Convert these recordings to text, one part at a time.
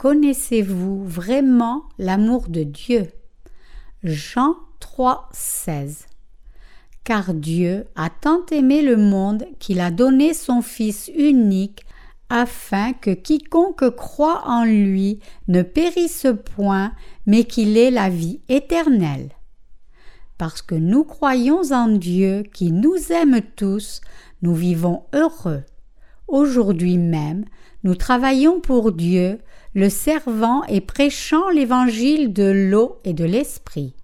Connaissez-vous vraiment l'amour de Dieu? Jean 3,16. Car Dieu a tant aimé le monde qu'il a donné son Fils unique, afin que quiconque croit en lui ne périsse point, mais qu'il ait la vie éternelle. Parce que nous croyons en Dieu qui nous aime tous, nous vivons heureux. Aujourd'hui même, nous travaillons pour Dieu, le servant et prêchant l'évangile de l'eau et de l'esprit.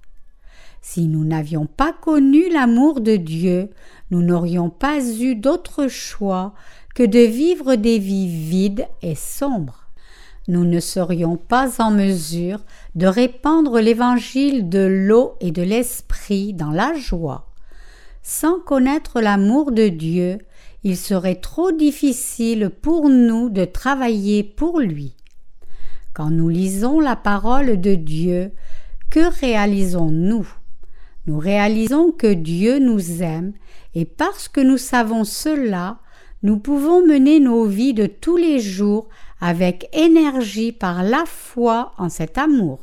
Si nous n'avions pas connu l'amour de Dieu, nous n'aurions pas eu d'autre choix que de vivre des vies vides et sombres. Nous ne serions pas en mesure de répandre l'évangile de l'eau et de l'esprit dans la joie. Sans connaître l'amour de Dieu, il serait trop difficile pour nous de travailler pour lui. Quand nous lisons la parole de Dieu, que réalisons-nous? Nous réalisons que Dieu nous aime et parce que nous savons cela, nous pouvons mener nos vies de tous les jours avec énergie par la foi en cet amour.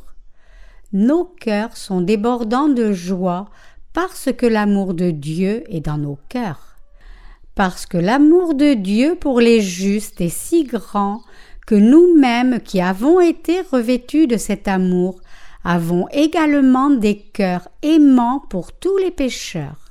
Nos cœurs sont débordants de joie parce que l'amour de Dieu est dans nos cœurs. Parce que l'amour de Dieu pour les justes est si grand que nous-mêmes qui avons été revêtus de cet amour avons également des cœurs aimants pour tous les pécheurs.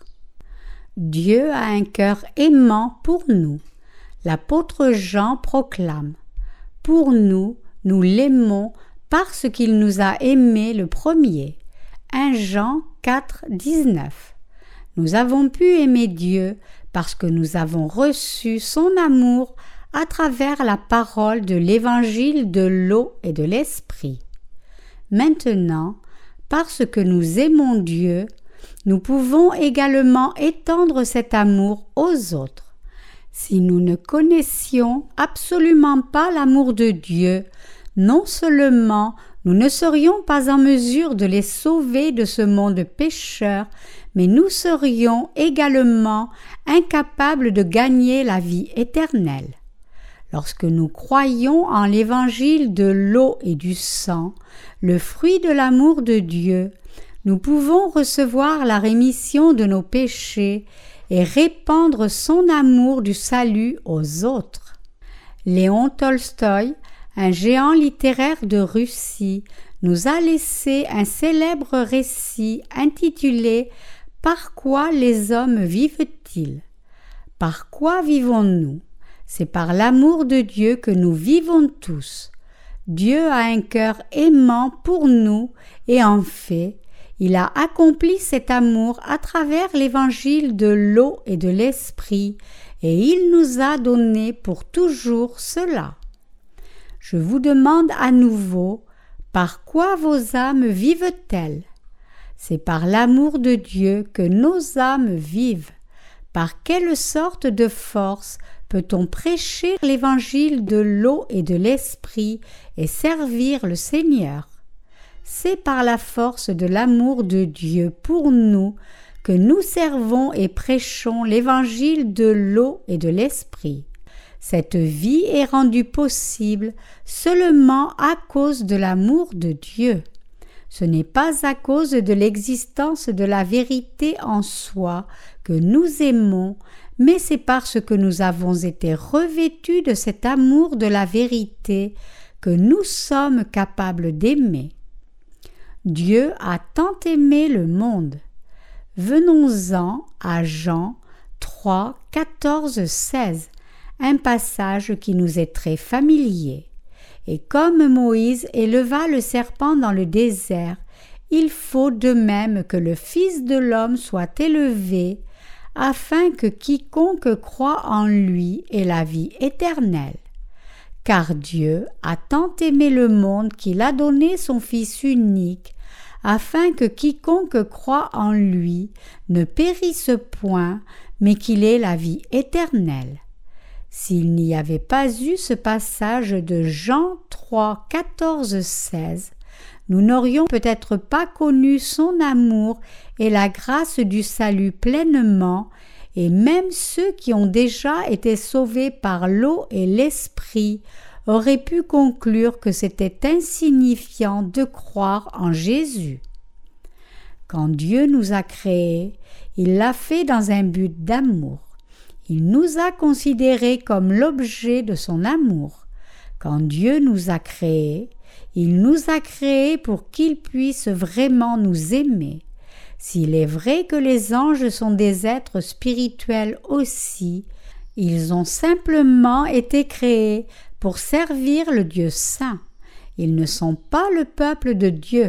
Dieu a un cœur aimant pour nous. L'apôtre Jean proclame: pour nous, nous l'aimons parce qu'il nous a aimés le premier. 1 Jean 4, 19. Nous avons pu aimer Dieu parce que nous avons reçu son amour à travers la parole de l'évangile de l'eau et de l'esprit. Maintenant, parce que nous aimons Dieu, nous pouvons également étendre cet amour aux autres. Si nous ne connaissions absolument pas l'amour de Dieu, non seulement nous ne serions pas en mesure de les sauver de ce monde pécheur, mais nous serions également incapables de gagner la vie éternelle. Lorsque nous croyons en l'évangile de l'eau et du sang, le fruit de l'amour de Dieu, nous pouvons recevoir la rémission de nos péchés et répandre son amour du salut aux autres. Léon Tolstoï, un géant littéraire de Russie, nous a laissé un célèbre récit intitulé « Par quoi les hommes vivent-ils » ? Par quoi vivons-nous ? C'est par l'amour de Dieu que nous vivons tous. Dieu a un cœur aimant pour nous et en fait, il a accompli cet amour à travers l'évangile de l'eau et de l'esprit et il nous a donné pour toujours cela. Je vous demande à nouveau, par quoi vos âmes vivent-elles? C'est par l'amour de Dieu que nos âmes vivent. Par quelle sorte de force peut-on prêcher l'évangile de l'eau et de l'esprit et servir le Seigneur? C'est par la force de l'amour de Dieu pour nous que nous servons et prêchons l'évangile de l'eau et de l'esprit. Cette vie est rendue possible seulement à cause de l'amour de Dieu. Ce n'est pas à cause de l'existence de la vérité en soi que nous aimons, mais c'est parce que nous avons été revêtus de cet amour de la vérité que nous sommes capables d'aimer. Dieu a tant aimé le monde. Venons-en à Jean 3, 14, 16, un passage qui nous est très familier. Et comme Moïse éleva le serpent dans le désert, il faut de même que le Fils de l'homme soit élevé, afin que quiconque croit en lui ait la vie éternelle. Car Dieu a tant aimé le monde qu'il a donné son Fils unique, afin que quiconque croit en lui ne périsse point, mais qu'il ait la vie éternelle. S'il n'y avait pas eu ce passage de Jean 3, 14, 16, nous n'aurions peut-être pas connu son amour et la grâce du salut pleinement, et même ceux qui ont déjà été sauvés par l'eau et l'esprit auraient pu conclure que c'était insignifiant de croire en Jésus. Quand Dieu nous a créés, il l'a fait dans un but d'amour. Il nous a considérés comme l'objet de son amour. Quand Dieu nous a créés, il nous a créés pour qu'il puisse vraiment nous aimer. S'il est vrai que les anges sont des êtres spirituels aussi, ils ont simplement été créés pour servir le Dieu saint. Ils ne sont pas le peuple de Dieu.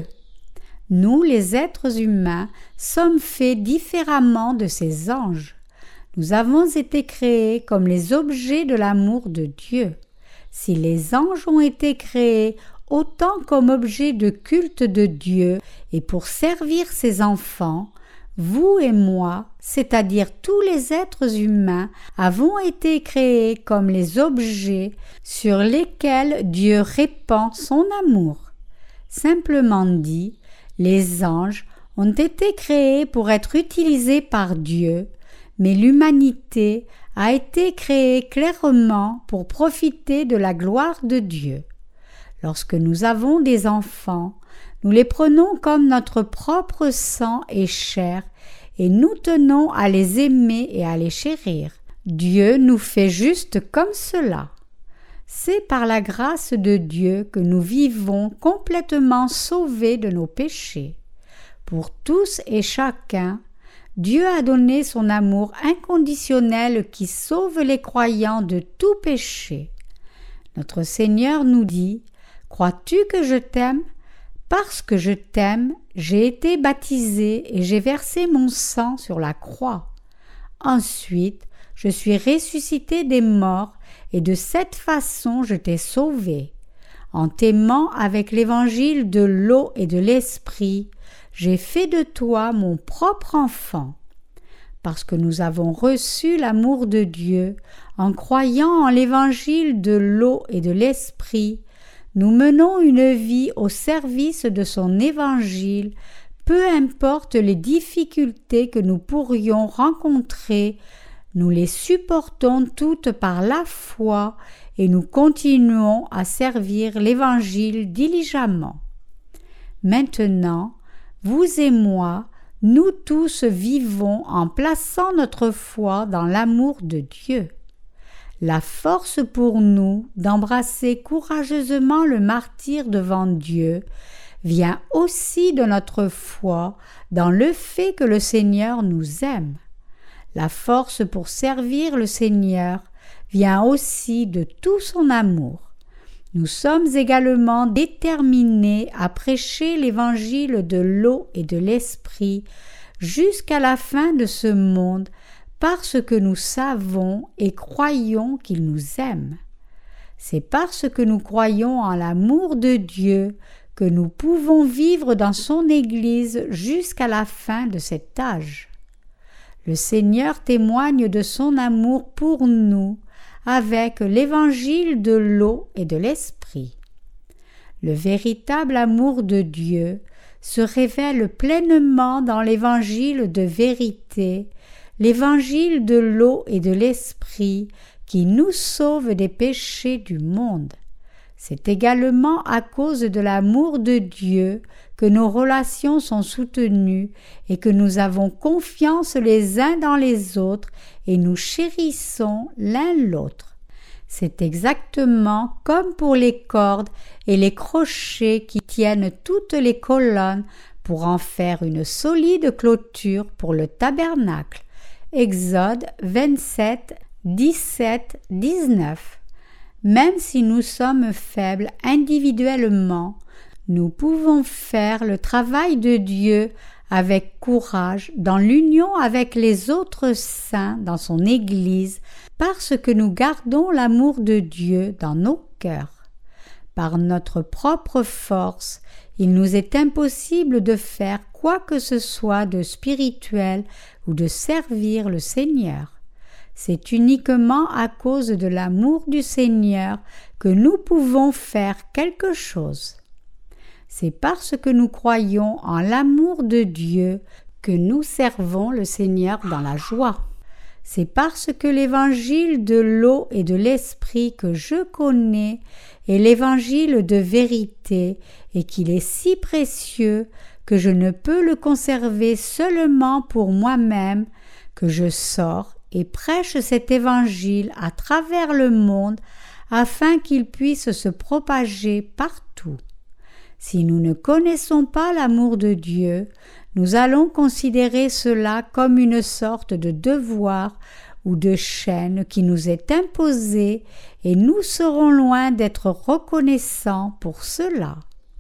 Nous, les êtres humains, sommes faits différemment de ces anges. Nous avons été créés comme les objets de l'amour de Dieu. Si les anges ont été créés autant comme objets de culte de Dieu et pour servir ses enfants, vous et moi, c'est-à-dire tous les êtres humains, avons été créés comme les objets sur lesquels Dieu répand son amour. Simplement dit, les anges ont été créés pour être utilisés par Dieu, mais l'humanité a été créée clairement pour profiter de la gloire de Dieu. Lorsque nous avons des enfants, nous les prenons comme notre propre sang et chair, et nous tenons à les aimer et à les chérir. Dieu nous fait juste comme cela. C'est par la grâce de Dieu que nous vivons complètement sauvés de nos péchés. Pour tous et chacun, Dieu a donné son amour inconditionnel qui sauve les croyants de tout péché. Notre Seigneur nous dit « Crois-tu que je t'aime ? Parce que je t'aime, j'ai été baptisé et j'ai versé mon sang sur la croix. Ensuite, je suis ressuscité des morts et de cette façon je t'ai sauvé. En t'aimant avec l'évangile de l'eau et de l'esprit, j'ai fait de toi mon propre enfant. Parce que nous avons reçu l'amour de Dieu en croyant en l'évangile de l'eau et de l'esprit, nous menons une vie au service de son évangile, peu importe les difficultés que nous pourrions rencontrer, nous les supportons toutes par la foi et nous continuons à servir l'évangile diligemment. Maintenant, vous et moi, nous tous vivons en plaçant notre foi dans l'amour de Dieu. La force pour nous d'embrasser courageusement le martyre devant Dieu vient aussi de notre foi dans le fait que le Seigneur nous aime. La force pour servir le Seigneur vient aussi de tout son amour. Nous sommes également déterminés à prêcher l'évangile de l'eau et de l'esprit jusqu'à la fin de ce monde parce que nous savons et croyons qu'il nous aime. C'est parce que nous croyons en l'amour de Dieu que nous pouvons vivre dans son Église jusqu'à la fin de cet âge. Le Seigneur témoigne de son amour pour nous avec l'évangile de l'eau et de l'esprit. Le véritable amour de Dieu se révèle pleinement dans l'évangile de vérité, l'évangile de l'eau et de l'esprit qui nous sauve des péchés du monde. C'est également à cause de l'amour de Dieu que nos relations sont soutenues et que nous avons confiance les uns dans les autres et nous chérissons l'un l'autre. C'est exactement comme pour les cordes et les crochets qui tiennent toutes les colonnes pour en faire une solide clôture pour le tabernacle. Exode 27, 17, 19. Même si nous sommes faibles individuellement, nous pouvons faire le travail de Dieu avec courage dans l'union avec les autres saints dans son Église parce que nous gardons l'amour de Dieu dans nos cœurs. Par notre propre force, il nous est impossible de faire quoi que ce soit de spirituel ou de servir le Seigneur. C'est uniquement à cause de l'amour du Seigneur que nous pouvons faire quelque chose. C'est parce que nous croyons en l'amour de Dieu que nous servons le Seigneur dans la joie. c'est parce que l'évangile de l'eau et de l'esprit que je connais est l'évangile de vérité et qu'il est si précieux que je ne peux le conserver seulement pour moi-même, que je sors et prêche cet évangile à travers le monde afin qu'il puisse se propager partout. Si nous ne connaissons pas l'amour de Dieu, nous allons considérer cela comme une sorte de devoir ou de chaîne qui nous est imposée et nous serons loin d'être reconnaissants pour cela.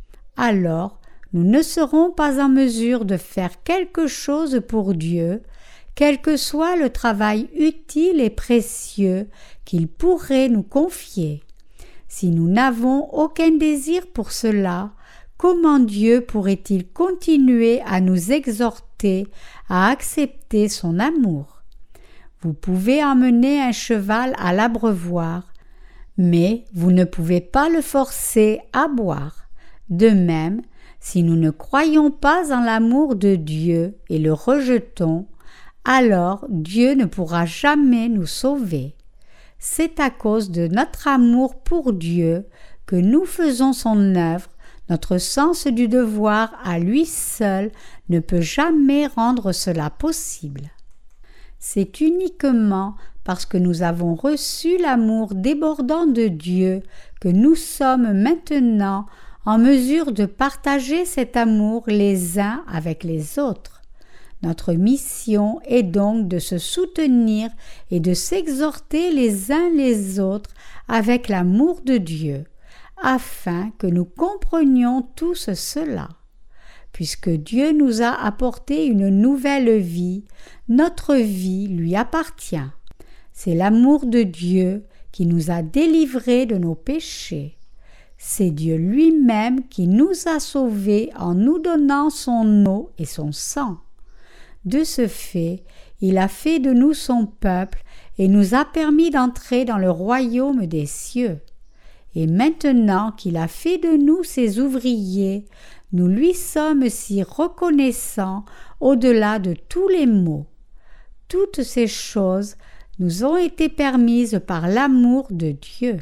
Alors, nous ne serons pas en mesure de faire quelque chose pour Dieu, quel que soit le travail utile et précieux qu'il pourrait nous confier. Si nous n'avons aucun désir pour cela, comment Dieu pourrait-il continuer à nous exhorter à accepter son amour? Vous pouvez emmener un cheval à l'abreuvoir, mais vous ne pouvez pas le forcer à boire. De même, si nous ne croyons pas en l'amour de Dieu et le rejetons, alors Dieu ne pourra jamais nous sauver. C'est à cause de notre amour pour Dieu que nous faisons son œuvre. Notre sens du devoir à lui seul ne peut jamais rendre cela possible. C'est uniquement parce que nous avons reçu l'amour débordant de Dieu que nous sommes maintenant en mesure de partager cet amour les uns avec les autres. Notre mission est donc de se soutenir et de s'exhorter les uns les autres avec l'amour de Dieu, afin que nous comprenions tous cela. Puisque Dieu nous a apporté une nouvelle vie, notre vie lui appartient. C'est l'amour de Dieu qui nous a délivrés de nos péchés. C'est Dieu lui-même qui nous a sauvés en nous donnant son eau et son sang. De ce fait, il a fait de nous son peuple et nous a permis d'entrer dans le royaume des cieux. Et maintenant qu'il a fait de nous ses ouvriers, nous lui sommes si reconnaissants au-delà de tous les maux. Toutes ces choses nous ont été permises par l'amour de Dieu.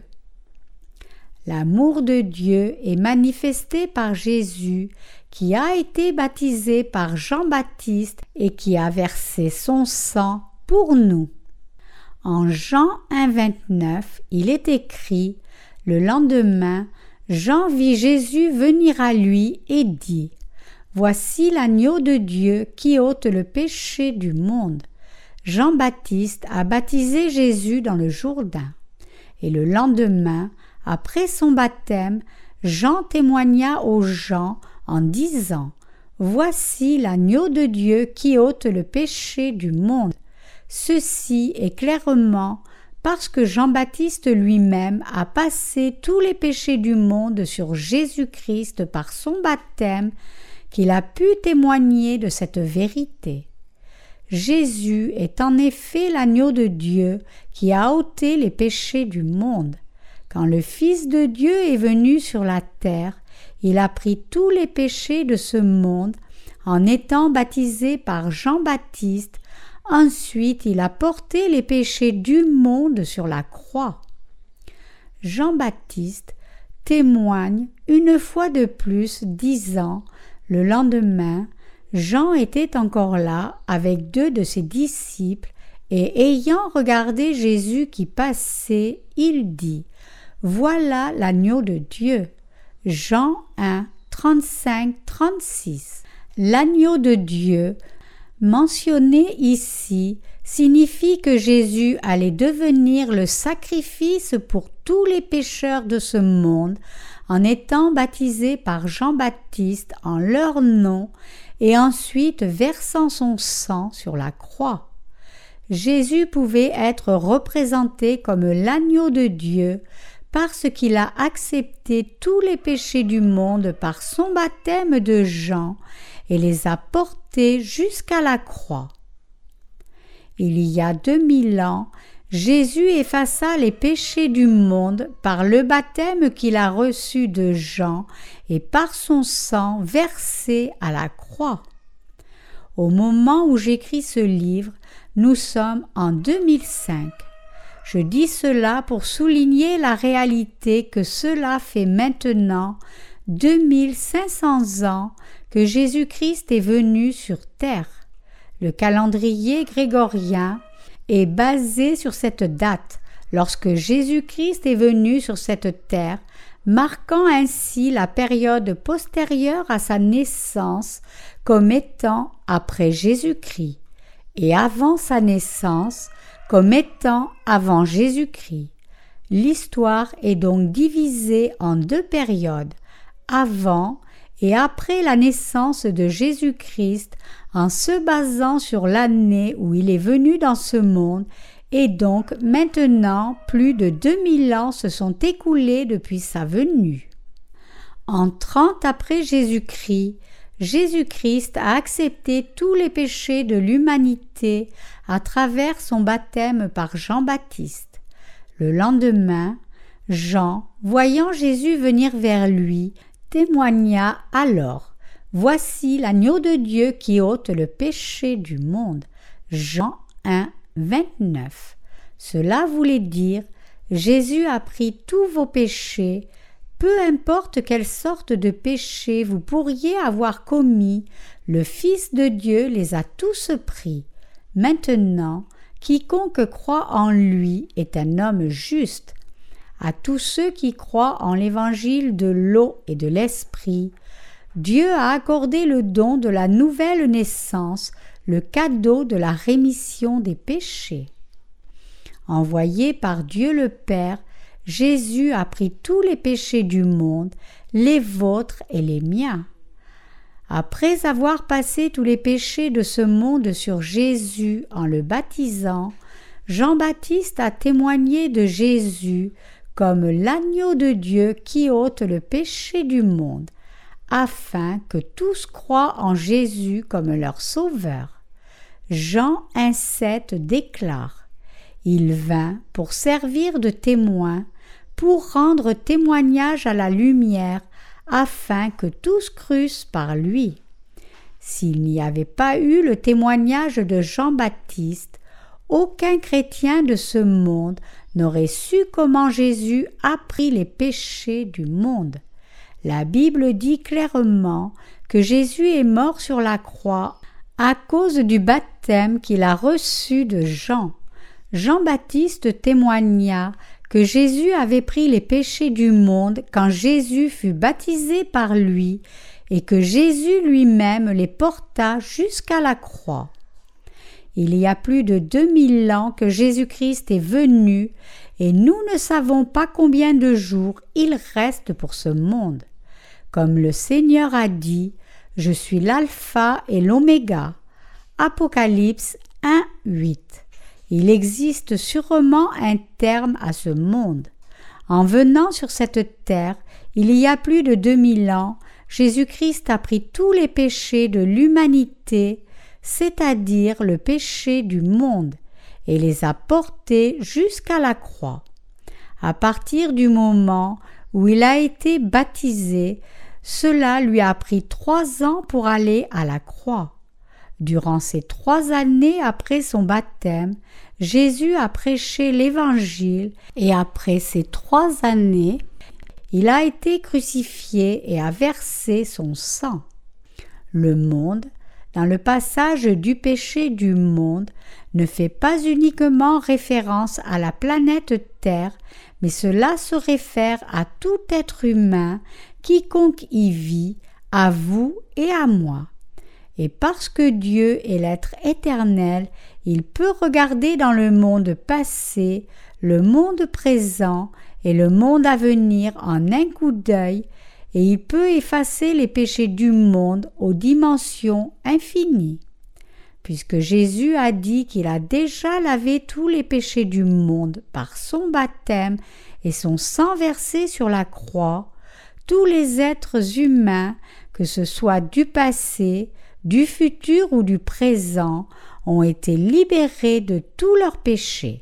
L'amour de Dieu est manifesté par Jésus, qui a été baptisé par Jean-Baptiste et qui a versé son sang pour nous. En Jean 1,29, il est écrit: le lendemain, Jean vit Jésus venir à lui et dit: Voici l'agneau de Dieu qui ôte le péché du monde. Jean-Baptiste a baptisé Jésus dans le Jourdain. Et le lendemain, après son baptême, Jean témoigna aux gens en disant: Voici l'agneau de Dieu qui ôte le péché du monde. Ceci est clairement parce que Jean-Baptiste lui-même a passé tous les péchés du monde sur Jésus-Christ par son baptême qu'il a pu témoigner de cette vérité. Jésus est en effet l'agneau de Dieu qui a ôté les péchés du monde. Quand le Fils de Dieu est venu sur la terre, il a pris tous les péchés de ce monde en étant baptisé par Jean-Baptiste. Ensuite, il a porté les péchés du monde sur la croix. Jean-Baptiste témoigne une fois de plus, disant: le lendemain, Jean était encore là avec 2 de ses disciples, et ayant regardé Jésus qui passait, il dit: Voilà l'agneau de Dieu. Jean 1, 35-36. L'agneau de Dieu, mentionné ici, signifie que Jésus allait devenir le sacrifice pour tous les pécheurs de ce monde en étant baptisé par Jean-Baptiste en leur nom et ensuite versant son sang sur la croix. Jésus pouvait être représenté comme l'agneau de Dieu parce qu'il a accepté tous les péchés du monde par son baptême de Jean et les a portés jusqu'à la croix. Il y a 2000 ans, Jésus effaça les péchés du monde par le baptême qu'il a reçu de Jean et par son sang versé à la croix. Au moment où j'écris ce livre, nous sommes en 2005. Je dis cela pour souligner la réalité que cela fait maintenant 2500 ans que Jésus-Christ est venu sur terre. Le calendrier grégorien est basé sur cette date, lorsque Jésus-Christ est venu sur cette terre, marquant ainsi la période postérieure à sa naissance comme étant après Jésus-Christ, et avant sa naissance comme étant avant Jésus-Christ. L'histoire est donc divisée en deux périodes, avant et après la naissance de Jésus-Christ, en se basant sur l'année où il est venu dans ce monde, et donc maintenant plus de 2000 ans se sont écoulés depuis sa venue. En 30 après Jésus-Christ, Jésus-Christ a accepté tous les péchés de l'humanité à travers son baptême par Jean-Baptiste. Le lendemain, Jean, voyant Jésus venir vers lui, témoigna alors « Voici l'agneau de Dieu qui ôte le péché du monde » Jean 1, 29. Cela voulait dire « Jésus a pris tous vos péchés, peu importe quelle sorte de péché vous pourriez avoir commis, le Fils de Dieu les a tous pris. Maintenant, quiconque croit en lui est un homme juste. » À tous ceux qui croient en l'évangile de l'eau et de l'esprit, Dieu a accordé le don de la nouvelle naissance, le cadeau de la rémission des péchés. Envoyé par Dieu le Père, Jésus a pris tous les péchés du monde, les vôtres et les miens. Après avoir passé tous les péchés de ce monde sur Jésus en le baptisant, Jean-Baptiste a témoigné de Jésus comme l'agneau de Dieu qui ôte le péché du monde, afin que tous croient en Jésus comme leur sauveur. Jean 1,7 déclare « Il vint pour servir de témoin, pour rendre témoignage à la lumière, afin que tous crussent par lui. » S'il n'y avait pas eu le témoignage de Jean-Baptiste, aucun chrétien de ce monde n'aurait su comment Jésus a pris les péchés du monde. La Bible dit clairement que Jésus est mort sur la croix à cause du baptême qu'il a reçu de Jean. Jean-Baptiste témoigna que Jésus avait pris les péchés du monde quand Jésus fut baptisé par lui et que Jésus lui-même les porta jusqu'à la croix. Il y a plus de 2000 ans que Jésus-Christ est venu et nous ne savons pas combien de jours il reste pour ce monde. Comme le Seigneur a dit, « Je suis l'alpha et l'oméga » Apocalypse 1, 8. Il existe sûrement un terme à ce monde. En venant sur cette terre, il y a plus de 2000 ans, Jésus-Christ a pris tous les péchés de l'humanité, c'est-à-dire le péché du monde, et les a portés jusqu'à la croix. À partir du moment où il a été baptisé, cela lui a pris 3 ans pour aller à la croix. Durant ces 3 années après son baptême, Jésus a prêché l'Évangile et après ces 3 années, il a été crucifié et a versé son sang. Le monde, dans le passage du péché du monde, ne fait pas uniquement référence à la planète Terre, mais cela se réfère à tout être humain, quiconque y vit, à vous et à moi. Et parce que Dieu est l'être éternel, il peut regarder dans le monde passé, le monde présent et le monde à venir en un coup d'œil, et il peut effacer les péchés du monde aux dimensions infinies. Puisque Jésus a dit qu'il a déjà lavé tous les péchés du monde par son baptême et son sang versé sur la croix, tous les êtres humains, que ce soit du passé, du futur ou du présent, ont été libérés de tous leurs péchés.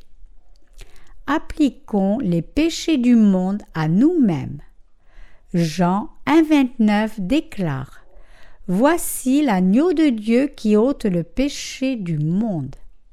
Appliquons les péchés du monde à nous-mêmes. Jean 1,29 déclare « Voici l'agneau de Dieu qui ôte le péché du monde. »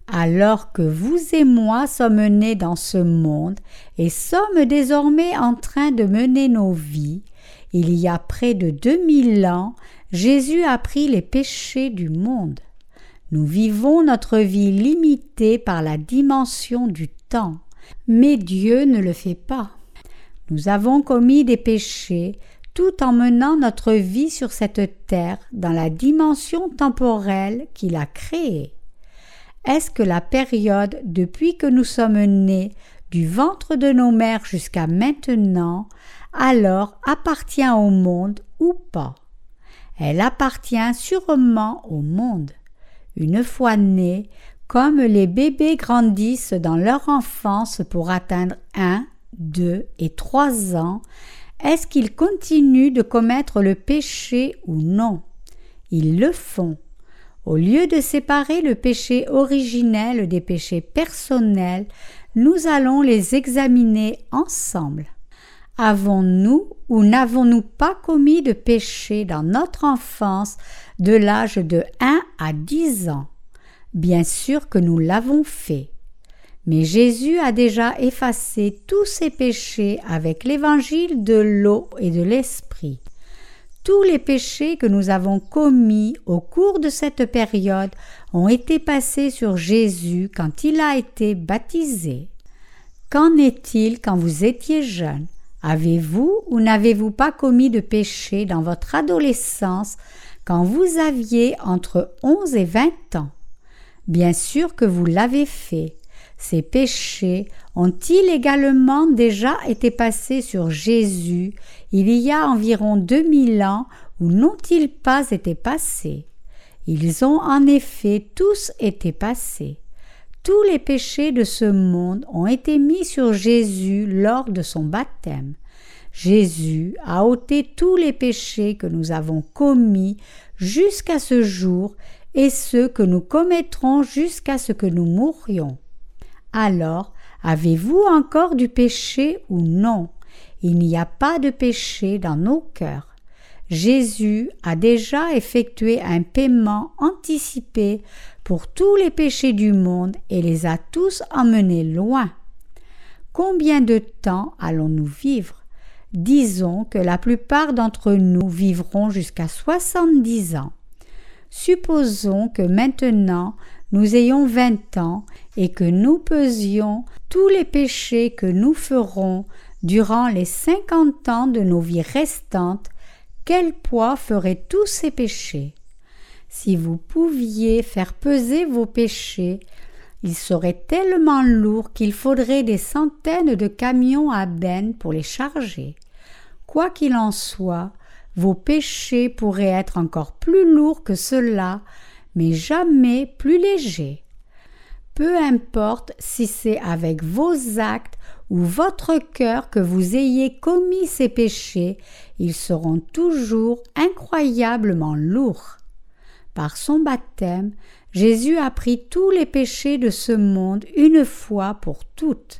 Alors que vous et moi sommes nés dans ce monde et sommes désormais en train de mener nos vies, il y a près de 2000 ans, Jésus a pris les péchés du monde. Nous vivons notre vie limitée par la dimension du temps, mais Dieu ne le fait pas. Nous avons commis des péchés tout en menant notre vie sur cette terre dans la dimension temporelle qu'il a créée. Est-ce que la période depuis que nous sommes nés du ventre de nos mères jusqu'à maintenant, alors appartient au monde ou pas? Elle appartient sûrement au monde. Une fois nés, comme les bébés grandissent dans leur enfance pour atteindre 1, 2 et 3 ans, est-ce qu'ils continuent de commettre le péché ou non? Ils le font. Au lieu de séparer le péché originel des péchés personnels, nous allons les examiner ensemble. Avons-nous ou n'avons-nous pas commis de péché dans notre enfance de l'âge de 1 à 10 ans? Bien sûr que nous l'avons fait. Mais Jésus a déjà effacé tous ces péchés avec l'évangile de l'eau et de l'esprit. Tous les péchés que nous avons commis au cours de cette période ont été passés sur Jésus quand il a été baptisé. Qu'en est-il quand vous étiez jeune? Avez-vous ou n'avez-vous pas commis de péché dans votre adolescence quand vous aviez entre 11 et 20 ans? Bien sûr que vous l'avez fait. Ces péchés ont-ils également déjà été passés sur Jésus il y a environ 2000 ans ou n'ont-ils pas été passés? Ils ont en effet tous été passés. Tous les péchés de ce monde ont été mis sur Jésus lors de son baptême. Jésus a ôté tous les péchés que nous avons commis jusqu'à ce jour et ceux que nous commettrons jusqu'à ce que nous mourions. Alors, avez-vous encore du péché ou non? Il n'y a pas de péché dans nos cœurs. Jésus a déjà effectué un paiement anticipé pour tous les péchés du monde et les a tous emmenés loin. Combien de temps allons-nous vivre? Disons que la plupart d'entre nous vivront jusqu'à 70 ans. Supposons que maintenant nous ayons 20 ans et que nous pesions tous les péchés que nous ferons durant les 50 ans de nos vies restantes. Quel poids feraient tous ces péchés? Si vous pouviez faire peser vos péchés, ils seraient tellement lourds qu'il faudrait des centaines de camions à benne pour les charger. Quoi qu'il en soit, vos péchés pourraient être encore plus lourds que cela, mais jamais plus légers. Peu importe si c'est avec vos actes ou votre cœur que vous ayez commis ces péchés, ils seront toujours incroyablement lourds. Par son baptême, Jésus a pris tous les péchés de ce monde une fois pour toutes.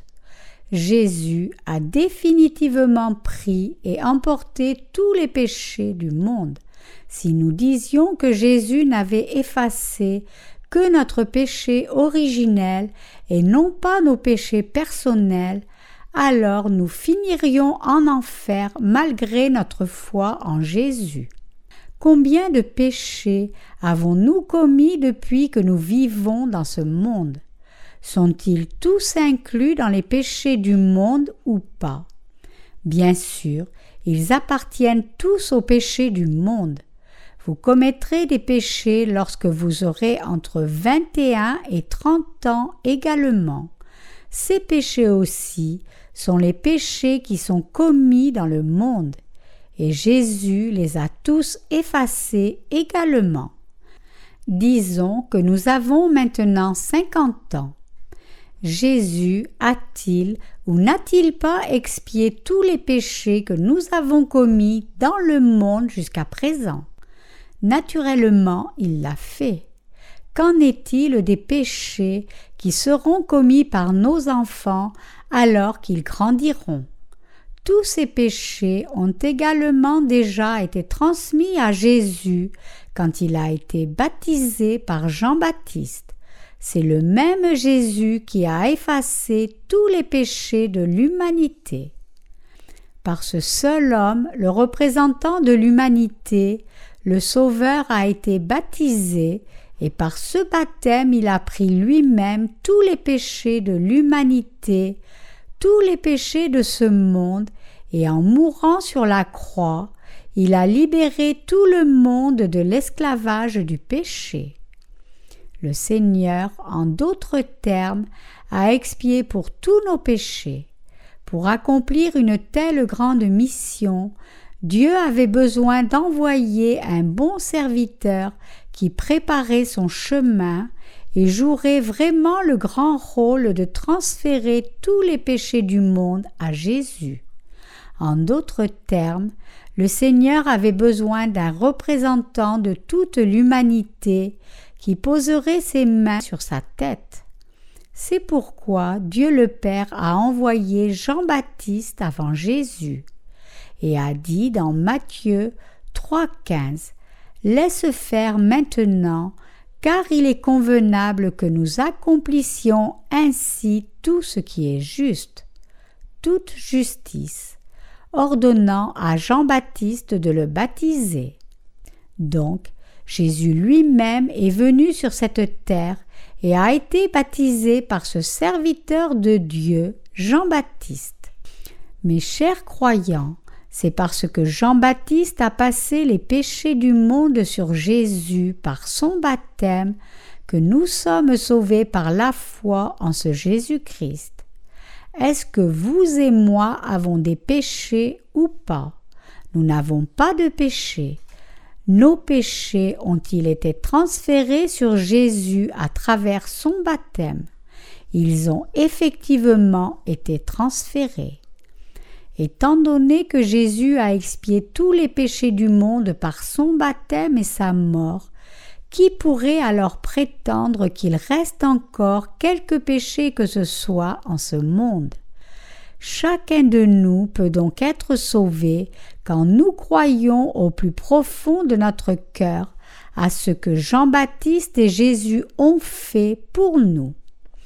Jésus a définitivement pris et emporté tous les péchés du monde. Si nous disions que Jésus n'avait effacé que notre péché originel et non pas nos péchés personnels, alors nous finirions en enfer malgré notre foi en Jésus. Combien de péchés avons-nous commis depuis que nous vivons dans ce monde? Sont-ils tous inclus dans les péchés du monde ou pas? Bien sûr, ils appartiennent tous aux péchés du monde. Vous commettrez des péchés lorsque vous aurez entre 21 et 30 ans également. Ces péchés aussi sont les péchés qui sont commis dans le monde, et Jésus les a tous effacés également. Disons que nous avons maintenant 50 ans. Jésus a-t-il ou n'a-t-il pas expié tous les péchés que nous avons commis dans le monde jusqu'à présent? Naturellement, il l'a fait. Qu'en est-il des péchés qui seront commis par nos enfants alors qu'ils grandiront? Tous ces péchés ont également déjà été transmis à Jésus quand il a été baptisé par Jean-Baptiste. c'est le même Jésus qui a effacé tous les péchés de l'humanité. Par ce seul homme, le représentant de l'humanité, le Sauveur a été baptisé et par ce baptême il a pris lui-même tous les péchés de l'humanité, tous les péchés de ce monde, et en mourant sur la croix, il a libéré tout le monde de l'esclavage du péché. Le Seigneur, en d'autres termes, a expié pour tous nos péchés. Pour accomplir une telle grande mission, Dieu avait besoin d'envoyer un bon serviteur qui préparait son chemin et jouerait vraiment le grand rôle de transférer tous les péchés du monde à Jésus. En d'autres termes, le Seigneur avait besoin d'un représentant de toute l'humanité qui poserait ses mains sur sa tête. C'est pourquoi Dieu le Père a envoyé Jean-Baptiste avant Jésus et a dit dans Matthieu 3,15 « Laisse faire maintenant, car il est convenable que nous accomplissions ainsi tout ce qui est juste, toute justice, ordonnant à Jean-Baptiste de le baptiser. » Donc, Jésus lui-même est venu sur cette terre et a été baptisé par ce serviteur de Dieu, Jean-Baptiste. Mes chers croyants, c'est parce que Jean-Baptiste a passé les péchés du monde sur Jésus par son baptême que nous sommes sauvés par la foi en ce Jésus-Christ. Est-ce que vous et moi avons des péchés ou pas? Nous n'avons pas de péché. Nos péchés ont-ils été transférés sur Jésus à travers son baptême? Ils ont effectivement été transférés. Étant donné que Jésus a expié tous les péchés du monde par son baptême et sa mort, qui pourrait alors prétendre qu'il reste encore quelque péché que ce soit en ce monde? Chacun de nous peut donc être sauvé quand nous croyons au plus profond de notre cœur à ce que Jean-Baptiste et Jésus ont fait pour nous.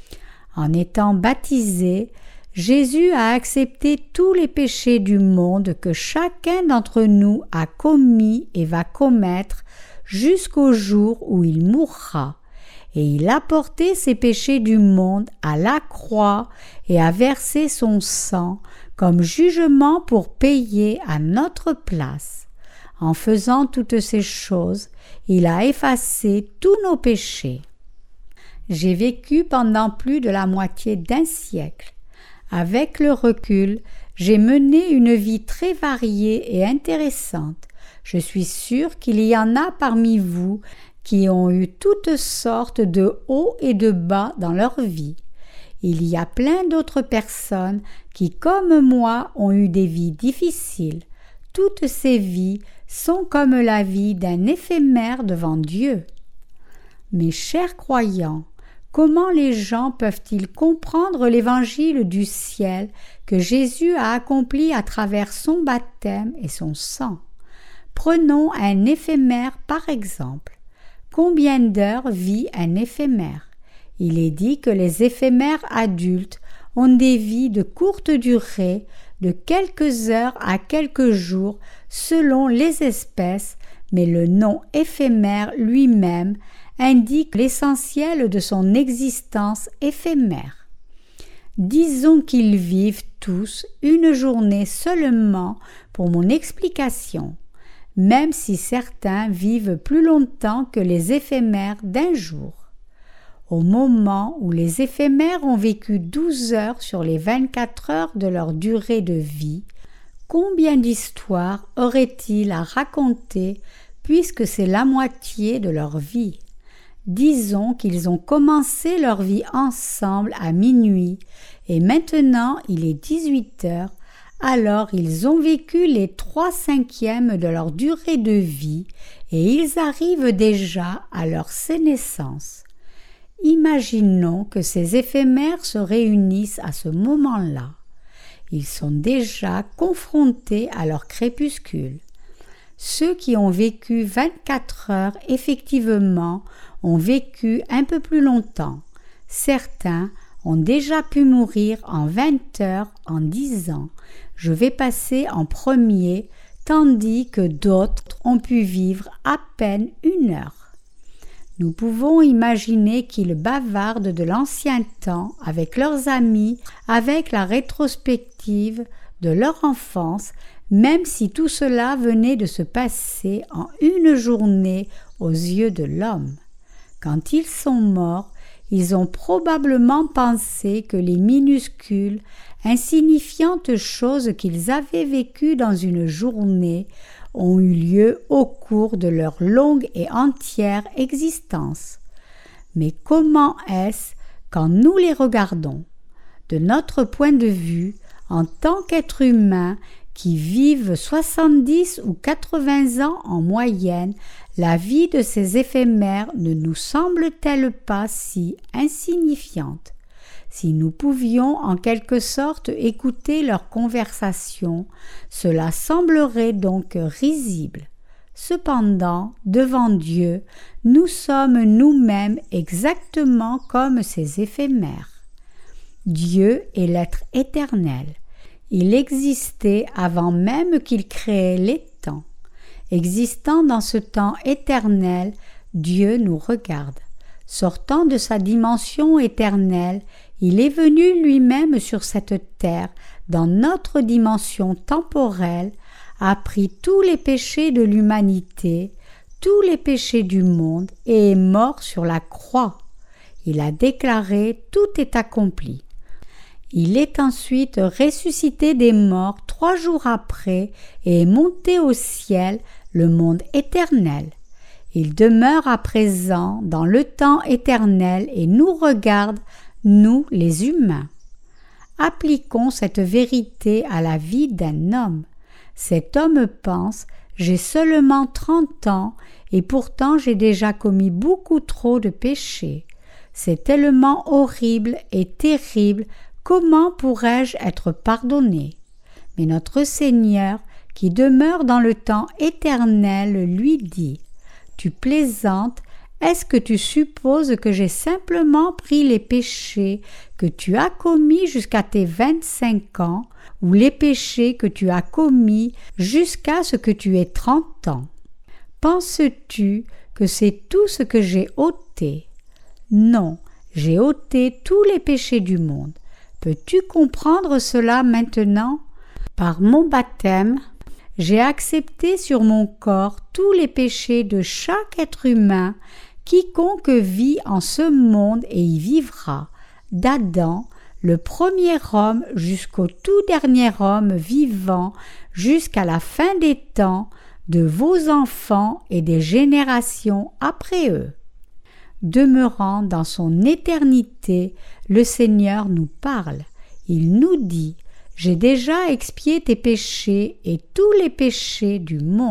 En étant baptisé, Jésus a accepté tous les péchés du monde que chacun d'entre nous a commis et va commettre jusqu'au jour où il mourra. Et il a porté ces péchés du monde à la croix et a versé son sang comme jugement pour payer à notre place. En faisant toutes ces choses, il a effacé tous nos péchés. J'ai vécu pendant plus de la moitié d'un siècle. Avec le recul, j'ai mené une vie très variée et intéressante. Je suis sûre qu'il y en a parmi vous qui ont eu toutes sortes de hauts et de bas dans leur vie. Il y a plein d'autres personnes qui, comme moi, ont eu des vies difficiles. Toutes ces vies sont comme la vie d'un éphémère devant Dieu. Mes chers croyants, comment les gens peuvent-ils comprendre l'évangile du ciel que Jésus a accompli à travers son baptême et son sang? Prenons un éphémère par exemple. Combien d'heures vit un éphémère? Il est dit que les éphémères adultes ont des vies de courte durée, de quelques heures à quelques jours, selon les espèces, mais le nom éphémère lui-même indique l'essentiel de son existence éphémère. Disons qu'ils vivent tous une journée seulement pour mon explication, même si certains vivent plus longtemps que les éphémères d'un jour. Au moment où les éphémères ont vécu 12 heures sur les 24 heures de leur durée de vie, combien d'histoires auraient-ils à raconter puisque c'est la moitié de leur vie? Disons qu'ils ont commencé leur vie ensemble à minuit et maintenant il est 18 heures, alors ils ont vécu les 3/5 de leur durée de vie et ils arrivent déjà à leur sénescence. Imaginons que ces éphémères se réunissent à ce moment-là. Ils sont déjà confrontés à leur crépuscule. Ceux qui ont vécu 24 heures effectivement ont vécu un peu plus longtemps. Certains ont déjà pu mourir en 20 heures en 10 ans. Je vais passer en premier, tandis que d'autres ont pu vivre à peine 1 heure. Nous pouvons imaginer qu'ils bavardent de l'ancien temps avec leurs amis, avec la rétrospective de leur enfance, même si tout cela venait de se passer en une journée aux yeux de l'homme. Quand ils sont morts, ils ont probablement pensé que les minuscules, insignifiantes choses qu'ils avaient vécues dans une journée ont eu lieu au cours de leur longue et entière existence. Mais comment est-ce quand nous les regardons? De notre point de vue, en tant qu'êtres humains qui vivent 70 ou 80 ans en moyenne, la vie de ces éphémères ne nous semble-t-elle pas si insignifiante? Si nous pouvions en quelque sorte écouter leur conversation, cela semblerait donc risible. Cependant, devant Dieu, nous sommes nous-mêmes exactement comme ces éphémères. Dieu est l'être éternel. Il existait avant même qu'il créait les temps. Existant dans ce temps éternel, Dieu nous regarde. Sortant de sa dimension éternelle, il est venu lui-même sur cette terre, dans notre dimension temporelle, a pris tous les péchés de l'humanité, tous les péchés du monde, et est mort sur la croix. Il a déclaré « Tout est accompli ». Il est ensuite ressuscité des morts 3 jours après et est monté au ciel, le monde éternel. Il demeure à présent dans le temps éternel et nous regarde, nous les humains. Appliquons cette vérité à la vie d'un homme. Cet homme pense « J'ai seulement 30 ans et pourtant j'ai déjà commis beaucoup trop de péchés. C'est tellement horrible et terrible, comment pourrais-je être pardonné ?» Mais notre Seigneur, qui demeure dans le temps éternel, lui dit « Tu plaisantes, est-ce que tu supposes que j'ai simplement pris les péchés que tu as commis jusqu'à tes 25 ans ou les péchés que tu as commis jusqu'à ce que tu aies 30 ans? Penses-tu que c'est tout ce que j'ai ôté? Non, j'ai ôté tous les péchés du monde. Peux-tu comprendre cela maintenant? Par mon baptême, j'ai accepté sur mon corps tous les péchés de chaque être humain, quiconque vit en ce monde et y vivra, d'Adam, le premier homme, jusqu'au tout dernier homme vivant, jusqu'à la fin des temps, de vos enfants et des générations après eux. Demeurant dans son éternité, le Seigneur nous parle. Il nous dit « J'ai déjà expié tes péchés et tous les péchés du monde. »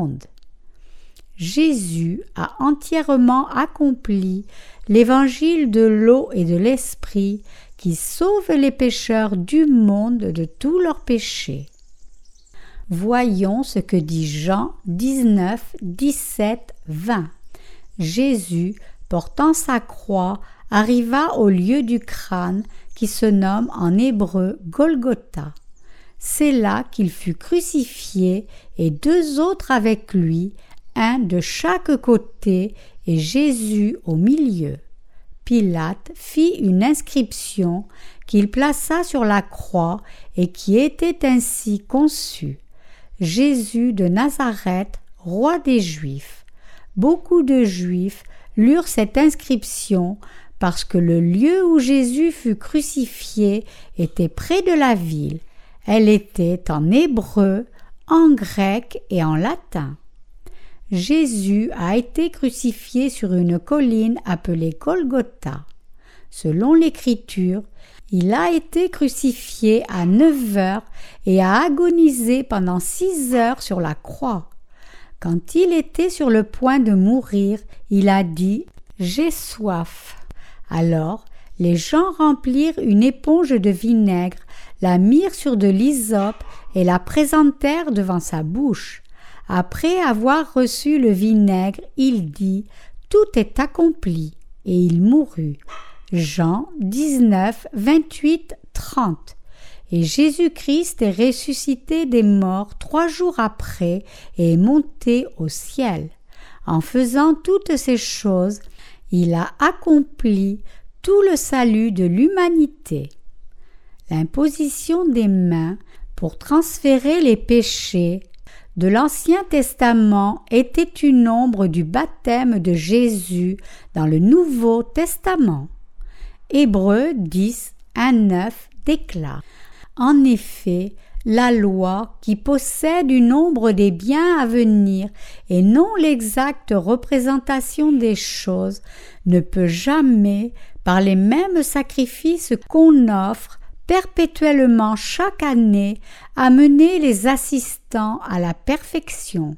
Jésus a entièrement accompli l'évangile de l'eau et de l'esprit qui sauve les pécheurs du monde de tous leurs péchés. Voyons ce que dit Jean 19, 17, 20. Jésus, portant sa croix, arriva au lieu du crâne qui se nomme en hébreu Golgotha. C'est là qu'il fut crucifié et 2 autres avec lui, un de chaque côté et Jésus au milieu. Pilate fit une inscription qu'il plaça sur la croix et qui était ainsi conçue: Jésus de Nazareth, roi des Juifs. Beaucoup de Juifs lurent cette inscription parce que le lieu où Jésus fut crucifié était près de la ville. Elle était en hébreu, en grec et en latin. Jésus a été crucifié sur une colline appelée Golgotha. Selon l'Écriture, il a été crucifié à 9 heures et a agonisé pendant 6 heures sur la croix. Quand il était sur le point de mourir, il a dit « J'ai soif ». Alors, les gens remplirent une éponge de vinaigre, la mirent sur de l'hysope et la présentèrent devant sa bouche. Après avoir reçu le vinaigre, il dit « Tout est accompli ». et il mourut. Jean 19, 28, 30. Et Jésus-Christ est ressuscité des morts 3 jours après et est monté au ciel. En faisant toutes ces choses, il a accompli tout le salut de l'humanité. L'imposition des mains pour transférer les péchés de l'Ancien Testament était une ombre du baptême de Jésus dans le Nouveau Testament. Hébreux 10, 1, 9 déclare: En effet, la loi, qui possède une ombre des biens à venir et non l'exacte représentation des choses, ne peut jamais, par les mêmes sacrifices qu'on offre perpétuellement chaque année, amener les assistants à la perfection.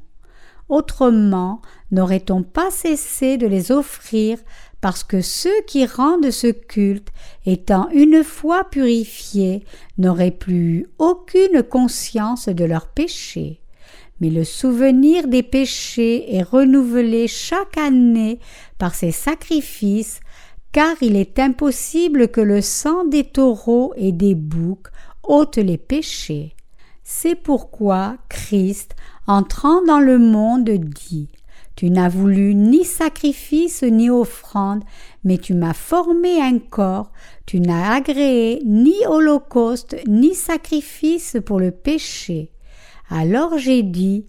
Autrement, n'aurait-on pas cessé de les offrir parce que ceux qui rendent ce culte, étant une fois purifiés, n'auraient plus eu aucune conscience de leurs péchés. Mais le souvenir des péchés est renouvelé chaque année par ces sacrifices, car il est impossible que le sang des taureaux et des boucs ôte les péchés. C'est pourquoi Christ, entrant dans le monde, dit: Tu n'as voulu ni sacrifice ni offrande, mais tu m'as formé un corps, tu n'as agréé ni holocauste ni sacrifice pour le péché. Alors j'ai dit: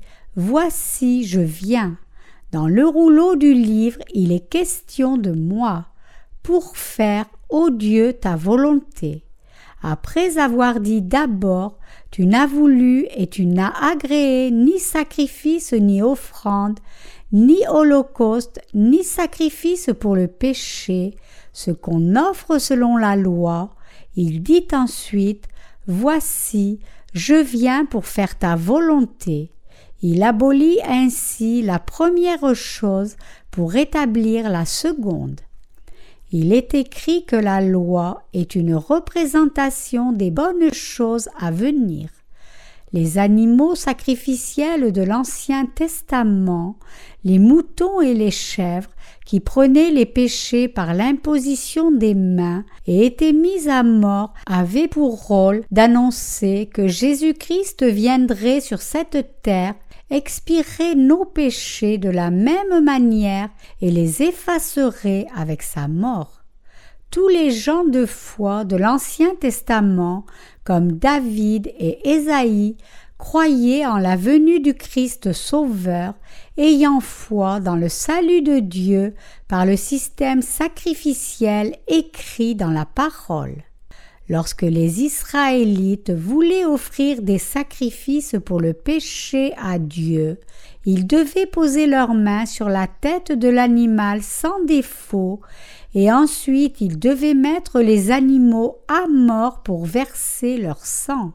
Voici, je viens. Dans le rouleau du livre, il est question de moi, pour faire, ô Dieu, ta volonté. Après avoir dit d'abord: Tu n'as voulu et tu n'as agréé ni sacrifice ni offrande, ni holocauste, ni sacrifice pour le péché, ce qu'on offre selon la loi, il dit ensuite: Voici, je viens pour faire ta volonté. Il abolit ainsi la première chose pour rétablir la seconde. Il est écrit que la loi est une représentation des bonnes choses à venir. Les animaux sacrificiels de l'Ancien Testament, les moutons et les chèvres, qui prenaient les péchés par l'imposition des mains et étaient mis à mort, avaient pour rôle d'annoncer que Jésus-Christ viendrait sur cette terre, expierait nos péchés de la même manière et les effacerait avec sa mort. Tous les gens de foi de l'Ancien Testament, comme David et Ésaïe, croyaient en la venue du Christ Sauveur, ayant foi dans le salut de Dieu par le système sacrificiel écrit dans la parole. Lorsque les Israélites voulaient offrir des sacrifices pour le péché à Dieu, ils devaient poser leurs mains sur la tête de l'animal sans défaut et ensuite ils devaient mettre les animaux à mort pour verser leur sang.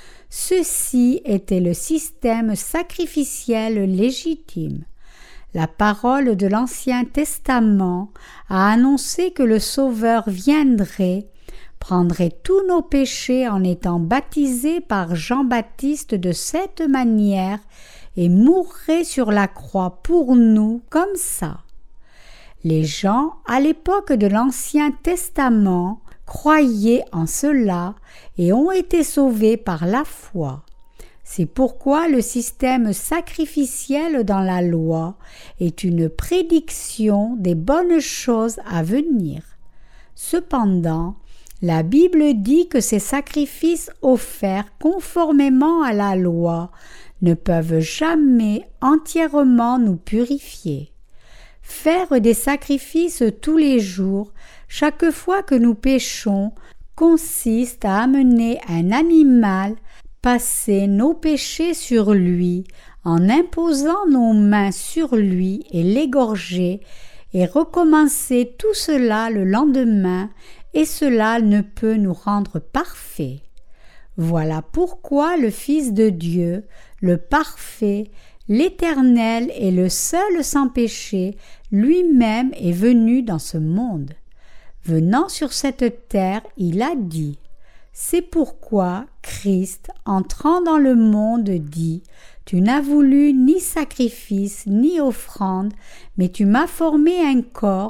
Ceci était le système sacrificiel légitime. La parole de l'Ancien Testament a annoncé que le Sauveur viendrait, prendrait tous nos péchés en étant baptisé par Jean-Baptiste de cette manière et mourrait sur la croix pour nous comme ça. Les gens, à l'époque de l'Ancien Testament, croyaient en cela et ont été sauvés par la foi. C'est pourquoi le système sacrificiel dans la loi est une prédiction des bonnes choses à venir. Cependant, la Bible dit que ces sacrifices offerts conformément à la loi ne peuvent jamais entièrement nous purifier. Faire des sacrifices tous les jours, chaque fois que nous péchons, consiste à amener un animal, passer nos péchés sur lui, en imposant nos mains sur lui et l'égorger, et recommencer tout cela le lendemain, et cela ne peut nous rendre parfaits. Voilà pourquoi le Fils de Dieu, le parfait, l'Éternel et le seul sans péché, lui-même est venu dans ce monde. Venant sur cette terre, il a dit: C'est pourquoi Christ, entrant dans le monde, dit: Tu n'as voulu ni sacrifice ni offrande, mais tu m'as formé un corps,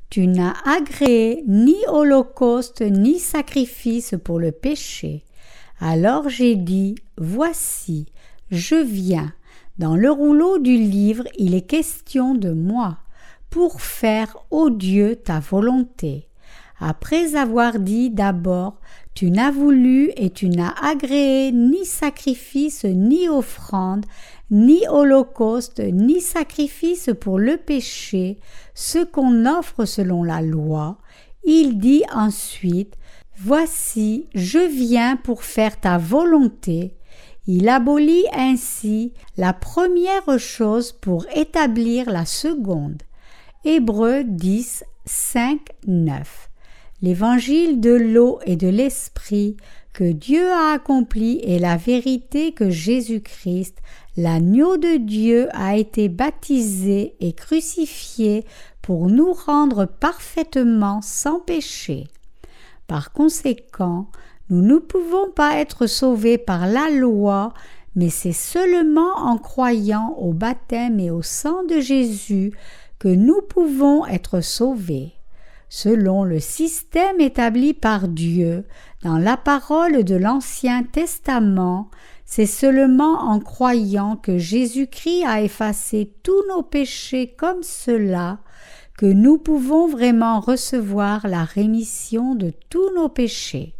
tu n'as agréé ni holocauste ni sacrifice pour le péché. Alors j'ai dit, voici, je viens. Dans le rouleau du livre, il est question de moi, pour faire, ô Dieu, ta volonté. Après avoir dit d'abord, tu n'as voulu et tu n'as agréé ni sacrifice ni offrande, ni holocauste, ni sacrifice pour le péché, ce qu'on offre selon la loi, il dit ensuite, voici, je viens pour faire ta volonté. Il abolit ainsi la première chose pour établir la seconde. Hébreux 10, 5, 9. L'évangile de l'eau et de l'esprit que Dieu a accompli est la vérité que Jésus-Christ, l'agneau de Dieu, a été baptisé et crucifié pour nous rendre parfaitement sans péché. Par conséquent, nous ne pouvons pas être sauvés par la loi, mais c'est seulement en croyant au baptême et au sang de Jésus que nous pouvons être sauvés. Selon le système établi par Dieu dans la parole de l'Ancien Testament, c'est seulement en croyant que Jésus-Christ a effacé tous nos péchés comme cela que nous pouvons vraiment recevoir la rémission de tous nos péchés.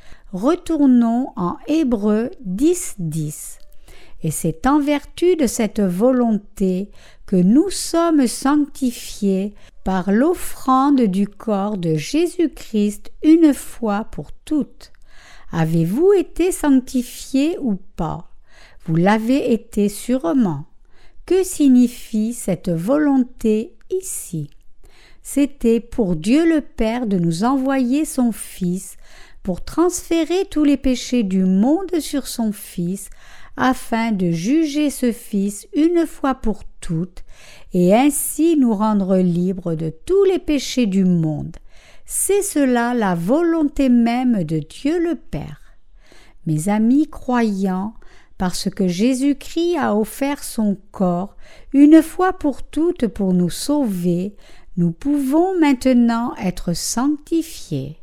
Retournons en Hébreux 10, 10. Et c'est en vertu de cette volonté que nous sommes sanctifiés par l'offrande du corps de Jésus-Christ une fois pour toutes. Avez-vous été sanctifiés ou pas? Vous l'avez été sûrement. Que signifie cette volonté ici? C'était pour Dieu le Père de nous envoyer son Fils pour transférer tous les péchés du monde sur son Fils, afin de juger ce Fils une fois pour toutes, et ainsi nous rendre libres de tous les péchés du monde. C'est cela la volonté même de Dieu le Père. Mes amis croyants, parce que Jésus-Christ a offert son corps une fois pour toutes pour nous sauver, nous pouvons maintenant être sanctifiés.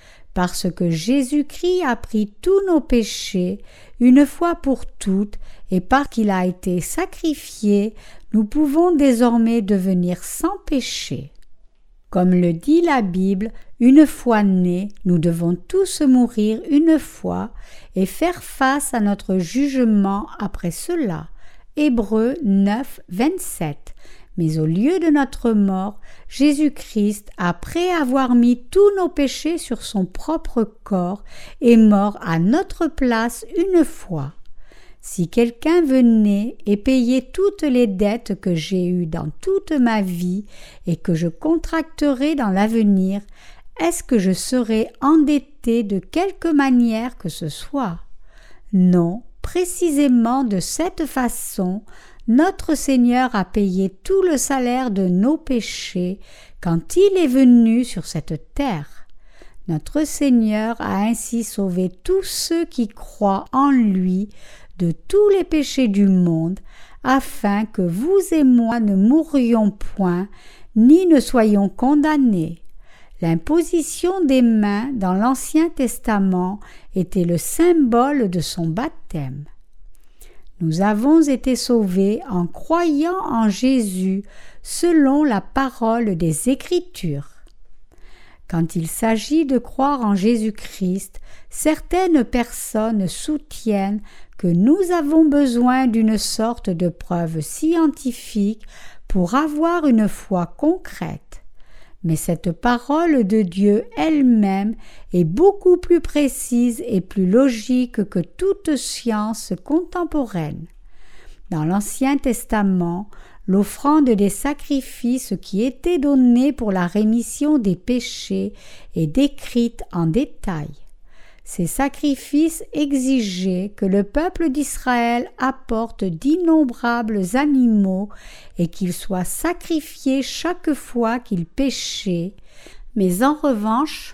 Parce que Jésus-Christ a pris tous nos péchés une fois pour toutes et parce qu'il a été sacrifié, nous pouvons désormais devenir sans péché. Comme le dit la Bible, une fois nés, nous devons tous mourir une fois et faire face à notre jugement après cela. Hébreux 9, 27. Mais au lieu de notre mort, Jésus-Christ, après avoir mis tous nos péchés sur son propre corps, est mort à notre place une fois. Si quelqu'un venait et payait toutes les dettes que j'ai eues dans toute ma vie et que je contracterai dans l'avenir, est-ce que je serai endetté de quelque manière que ce soit? Non, précisément de cette façon, notre Seigneur a payé tout le salaire de nos péchés quand il est venu sur cette terre. Notre Seigneur a ainsi sauvé tous ceux qui croient en lui de tous les péchés du monde, afin que vous et moi ne mourions point, ni ne soyons condamnés. L'imposition des mains dans l'Ancien Testament était le symbole de son baptême. Nous avons été sauvés en croyant en Jésus selon la parole des Écritures. Quand il s'agit de croire en Jésus-Christ, certaines personnes soutiennent que nous avons besoin d'une sorte de preuve scientifique pour avoir une foi concrète. Mais cette parole de Dieu elle-même est beaucoup plus précise et plus logique que toute science contemporaine. Dans l'Ancien Testament, l'offrande des sacrifices qui étaient donnés pour la rémission des péchés est décrite en détail. Ces sacrifices exigeaient que le peuple d'Israël apporte d'innombrables animaux et qu'ils soient sacrifiés chaque fois qu'ils péchaient. Mais en revanche,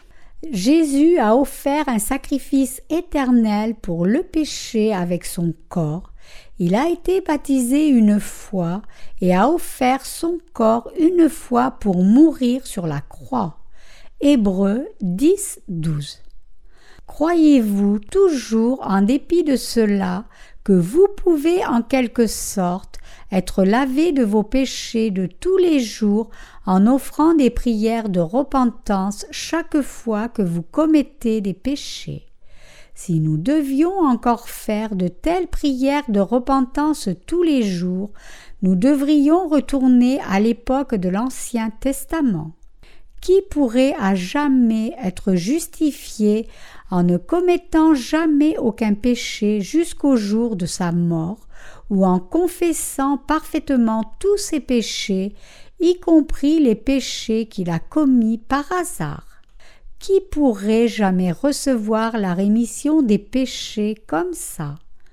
Jésus a offert un sacrifice éternel pour le péché avec son corps, Il a été baptisé une fois et a offert son corps une fois pour mourir sur la croix. Hébreux 10, 12. Croyez-vous toujours, en dépit de cela, que vous pouvez en quelque sorte être lavé de vos péchés de tous les jours en offrant des prières de repentance chaque fois que vous commettez des péchés? Si nous devions encore faire de telles prières de repentance tous les jours, nous devrions retourner à l'époque de l'Ancien Testament. Qui pourrait à jamais être justifié en ne commettant jamais aucun péché jusqu'au jour de sa mort, ou en confessant parfaitement tous ses péchés, y compris les péchés qu'il a commis par hasard? Qui pourrait jamais recevoir la rémission des péchés comme ça?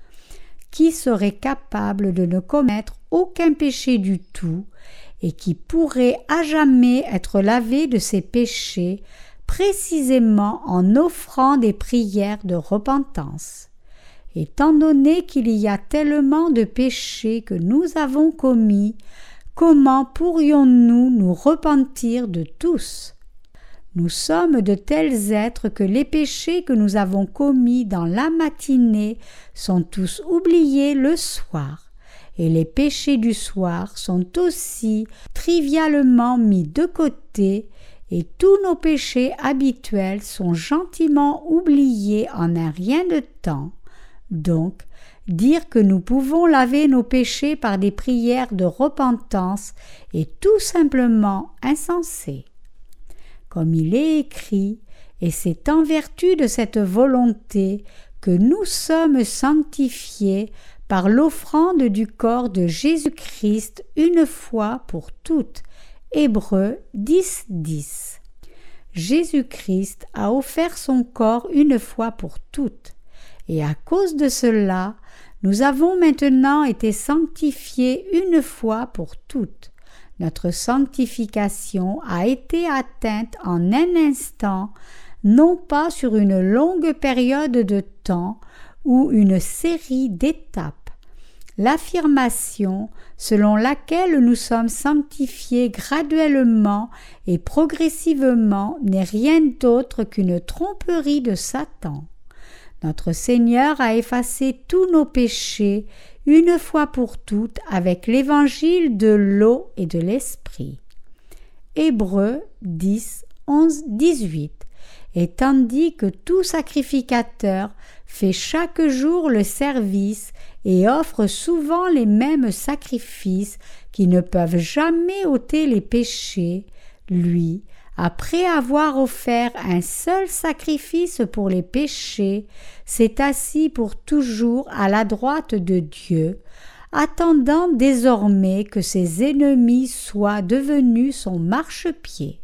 Qui serait capable de ne commettre aucun péché du tout, et qui pourrait à jamais être lavé de ses péchés, précisément en offrant des prières de repentance? Étant donné qu'il y a tellement de péchés que nous avons commis, comment pourrions-nous nous repentir de tous? Nous sommes de tels êtres que les péchés que nous avons commis dans la matinée sont tous oubliés le soir. Et les péchés du soir sont aussi trivialement mis de côté, et tous nos péchés habituels sont gentiment oubliés en un rien de temps. Donc, dire que nous pouvons laver nos péchés par des prières de repentance est tout simplement insensé. Comme il est écrit, et c'est en vertu de cette volonté que nous sommes sanctifiés par l'offrande du corps de Jésus-Christ une fois pour toutes. Hébreux 10, 10. Jésus-Christ a offert son corps une fois pour toutes, et à cause de cela, nous avons maintenant été sanctifiés une fois pour toutes. Notre sanctification a été atteinte en un instant, non pas sur une longue période de temps ou une série d'étapes. L'affirmation selon laquelle nous sommes sanctifiés graduellement et progressivement n'est rien d'autre qu'une tromperie de Satan. Notre Seigneur a effacé tous nos péchés une fois pour toutes avec l'évangile de l'eau et de l'esprit. Hébreux 10, 11, 18. Et tandis que tout sacrificateur fait chaque jour le service et offre souvent les mêmes sacrifices qui ne peuvent jamais ôter les péchés, lui, après avoir offert un seul sacrifice pour les péchés, s'est assis pour toujours à la droite de Dieu, attendant désormais que ses ennemis soient devenus son marchepied.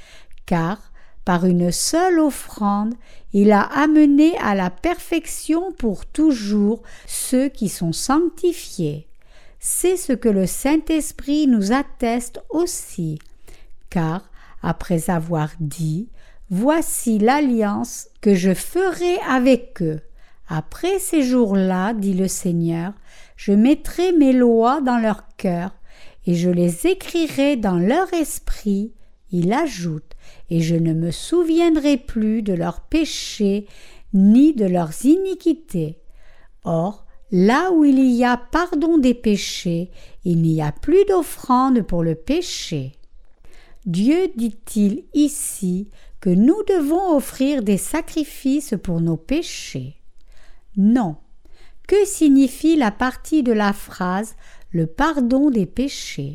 Car, par une seule offrande, il a amené à la perfection pour toujours ceux qui sont sanctifiés. C'est ce que le Saint-Esprit nous atteste aussi, car, après avoir dit « Voici l'alliance que je ferai avec eux. Après ces jours-là, dit le Seigneur, je mettrai mes lois dans leur cœur et je les écrirai dans leur esprit. » Il ajoute « Et je ne me souviendrai plus de leurs péchés ni de leurs iniquités. » Or, là où il y a pardon des péchés, il n'y a plus d'offrande pour le péché. Dieu dit-il ici que nous devons offrir des sacrifices pour nos péchés? Non. Que signifie la partie de la phrase « le pardon des péchés » ?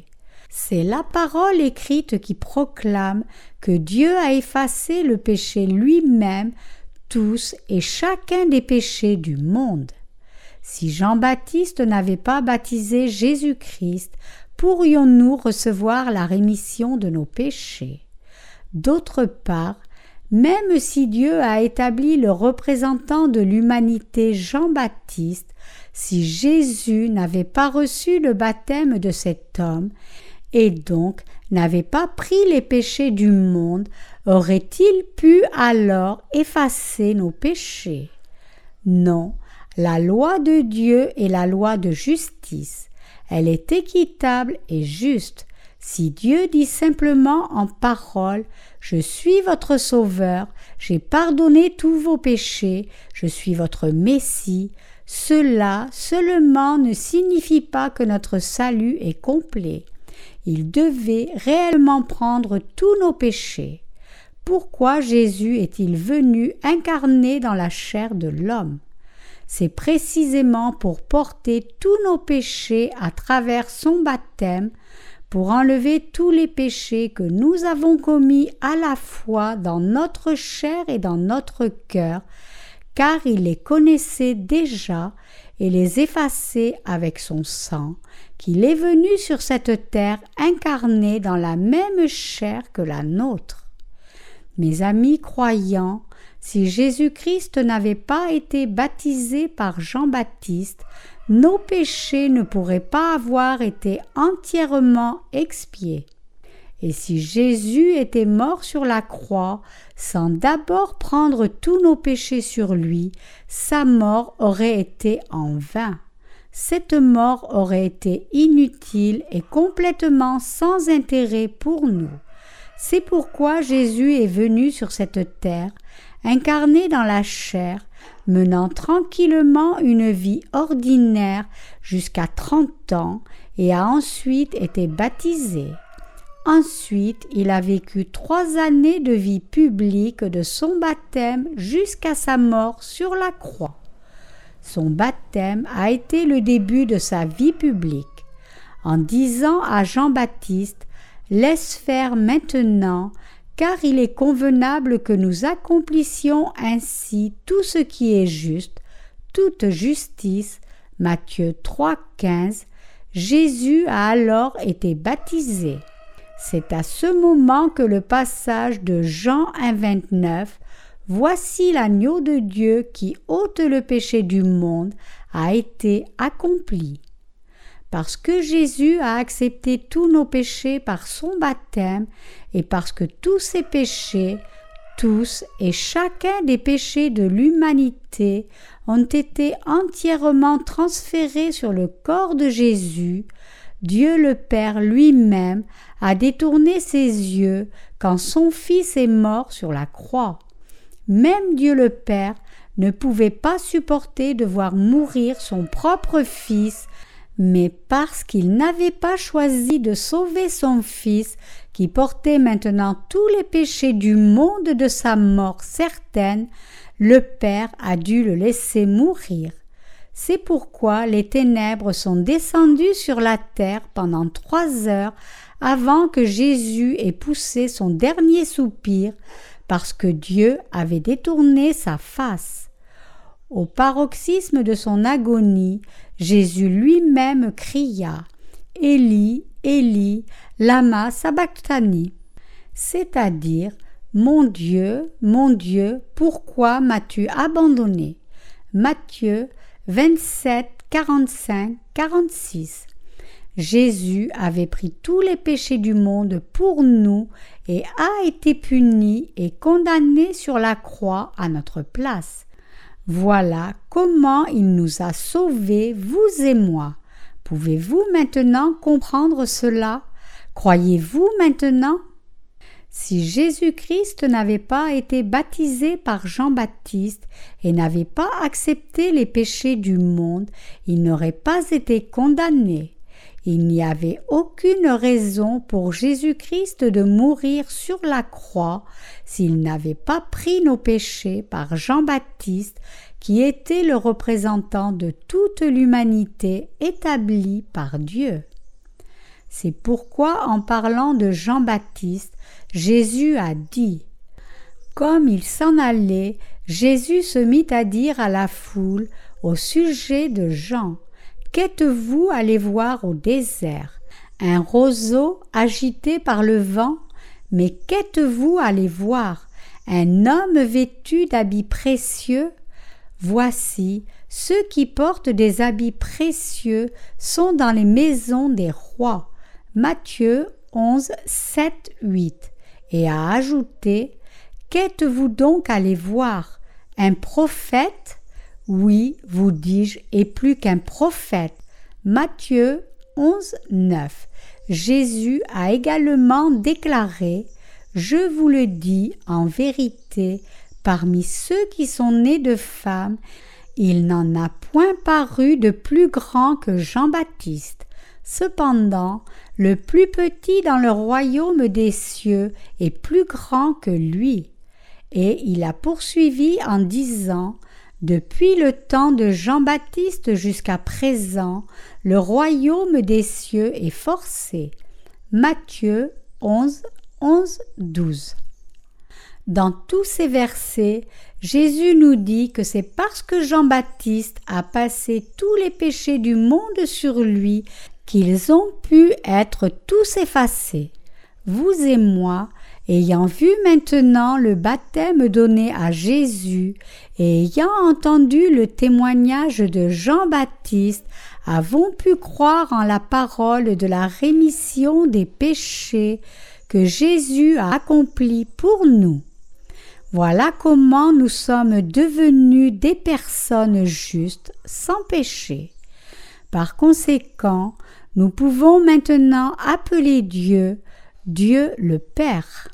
C'est la parole écrite qui proclame que Dieu a effacé le péché lui-même, tous et chacun des péchés du monde. Si Jean-Baptiste n'avait pas baptisé Jésus-Christ, pourrions-nous recevoir la rémission de nos péchés? D'autre part, même si Dieu a établi le représentant de l'humanité Jean-Baptiste, si Jésus n'avait pas reçu le baptême de cet homme, et donc n'avait pas pris les péchés du monde, aurait-il pu alors effacer nos péchés? Non, La loi de Dieu est la loi de justice. Elle est équitable et juste. Si Dieu dit simplement en parole « Je suis votre Sauveur, j'ai pardonné tous vos péchés, je suis votre Messie », cela seulement ne signifie pas que notre salut est complet. Il devait réellement prendre tous nos péchés. Pourquoi Jésus est-il venu incarné dans la chair de l'homme? C'est précisément pour porter tous nos péchés à travers son baptême, pour enlever tous les péchés que nous avons commis à la fois dans notre chair et dans notre cœur, car il les connaissait déjà et les effacer avec son sang, qu'il est venu sur cette terre incarné dans la même chair que la nôtre. Mes amis croyants, si Jésus-Christ n'avait pas été baptisé par Jean-Baptiste, nos péchés ne pourraient pas avoir été entièrement expiés. Et si Jésus était mort sur la croix, sans d'abord prendre tous nos péchés sur lui, sa mort aurait été en vain. Cette mort aurait été inutile et complètement sans intérêt pour nous. C'est pourquoi Jésus est venu sur cette terre, incarné dans la chair, menant tranquillement une vie ordinaire jusqu'à 30 ans et a ensuite été baptisé. Ensuite, il a vécu 3 années de vie publique de son baptême jusqu'à sa mort sur la croix. Son baptême a été le début de sa vie publique. En disant à Jean-Baptiste « Laisse faire maintenant, car il est convenable que nous accomplissions ainsi tout ce qui est juste, toute justice » Matthieu 3,15, Jésus a alors été baptisé. C'est à ce moment que le passage de Jean 1,29 « Voici l'agneau de Dieu qui ôte le péché du monde » a été accompli. Parce que Jésus a accepté tous nos péchés par son baptême et parce que tous ces péchés, tous et chacun des péchés de l'humanité ont été entièrement transférés sur le corps de Jésus, Dieu le Père lui-même a détourné ses yeux quand son Fils est mort sur la croix. Même Dieu le Père ne pouvait pas supporter de voir mourir son propre Fils, mais parce qu'il n'avait pas choisi de sauver son Fils, qui portait maintenant tous les péchés du monde de sa mort certaine, le Père a dû le laisser mourir. C'est pourquoi les ténèbres sont descendues sur la terre pendant 3 heures avant que Jésus ait poussé son dernier soupir, parce que Dieu avait détourné sa face. Au paroxysme de son agonie, Jésus lui-même cria « Élie, Élie, lama sabachthani » c'est-à-dire « Mon Dieu, pourquoi m'as-tu abandonné » Matthieu 27, 45, 46. Jésus avait pris tous les péchés du monde pour nous et a été puni et condamné sur la croix à notre place. Voilà comment il nous a sauvés, vous et moi. Pouvez-vous maintenant comprendre cela? Croyez-vous maintenant? Si Jésus-Christ n'avait pas été baptisé par Jean-Baptiste et n'avait pas accepté les péchés du monde, il n'aurait pas été condamné. Il n'y avait aucune raison pour Jésus-Christ de mourir sur la croix s'il n'avait pas pris nos péchés par Jean-Baptiste, qui était le représentant de toute l'humanité établie par Dieu. C'est pourquoi, en parlant de Jean-Baptiste, Jésus a dit « Comme il s'en allait, Jésus se mit à dire à la foule au sujet de Jean « Qu'êtes-vous allé voir au désert? Un roseau agité par le vent? Mais qu'êtes-vous allé voir? Un homme vêtu d'habits précieux? Voici, ceux qui portent des habits précieux sont dans les maisons des rois. » Matthieu 11, 7, 8. Et a ajouté « Qu'êtes-vous donc allé voir? Un prophète? Oui, vous dis-je, et plus qu'un prophète. Matthieu 11, 9. Jésus a également déclaré « Je vous le dis en vérité, parmi ceux qui sont nés de femmes, il n'en a point paru de plus grand que Jean-Baptiste. Cependant, le plus petit dans le royaume des cieux est plus grand que lui. » Et il a poursuivi en disant « Depuis le temps de Jean-Baptiste jusqu'à présent, le royaume des cieux est forcé. » Matthieu 11, 11, 12. Dans tous ces versets, Jésus nous dit que c'est parce que Jean-Baptiste a passé tous les péchés du monde sur lui qu'ils ont pu être tous effacés. Vous et moi, ayant vu maintenant le baptême donné à Jésus et ayant entendu le témoignage de Jean-Baptiste, avons pu croire en la parole de la rémission des péchés que Jésus a accomplie pour nous. Voilà comment nous sommes devenus des personnes justes, sans péché. Par conséquent, nous pouvons maintenant appeler Dieu, Dieu le Père.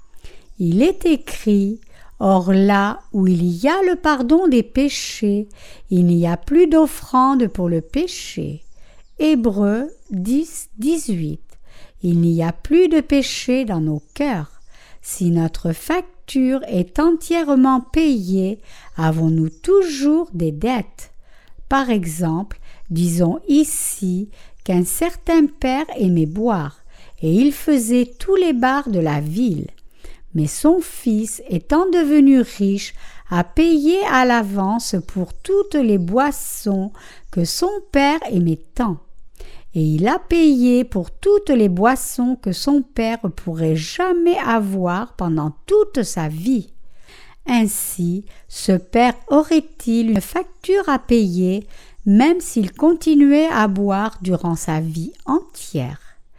Il est écrit « Or là où il y a le pardon des péchés, il n'y a plus d'offrande pour le péché. » Hébreux 10, 18. Il n'y a plus de péché dans nos cœurs. Si notre facture est entièrement payée, avons-nous toujours des dettes? Par exemple, disons ici qu'un certain père aimait boire, et il faisait tous les bars de la ville. Mais son fils, étant devenu riche, a payé à l'avance pour toutes les boissons que son père aimait tant. Et il a payé pour toutes les boissons que son père pourrait jamais avoir pendant toute sa vie. Ainsi, ce père aurait-il une facture à payer, même s'il continuait à boire durant sa vie entière?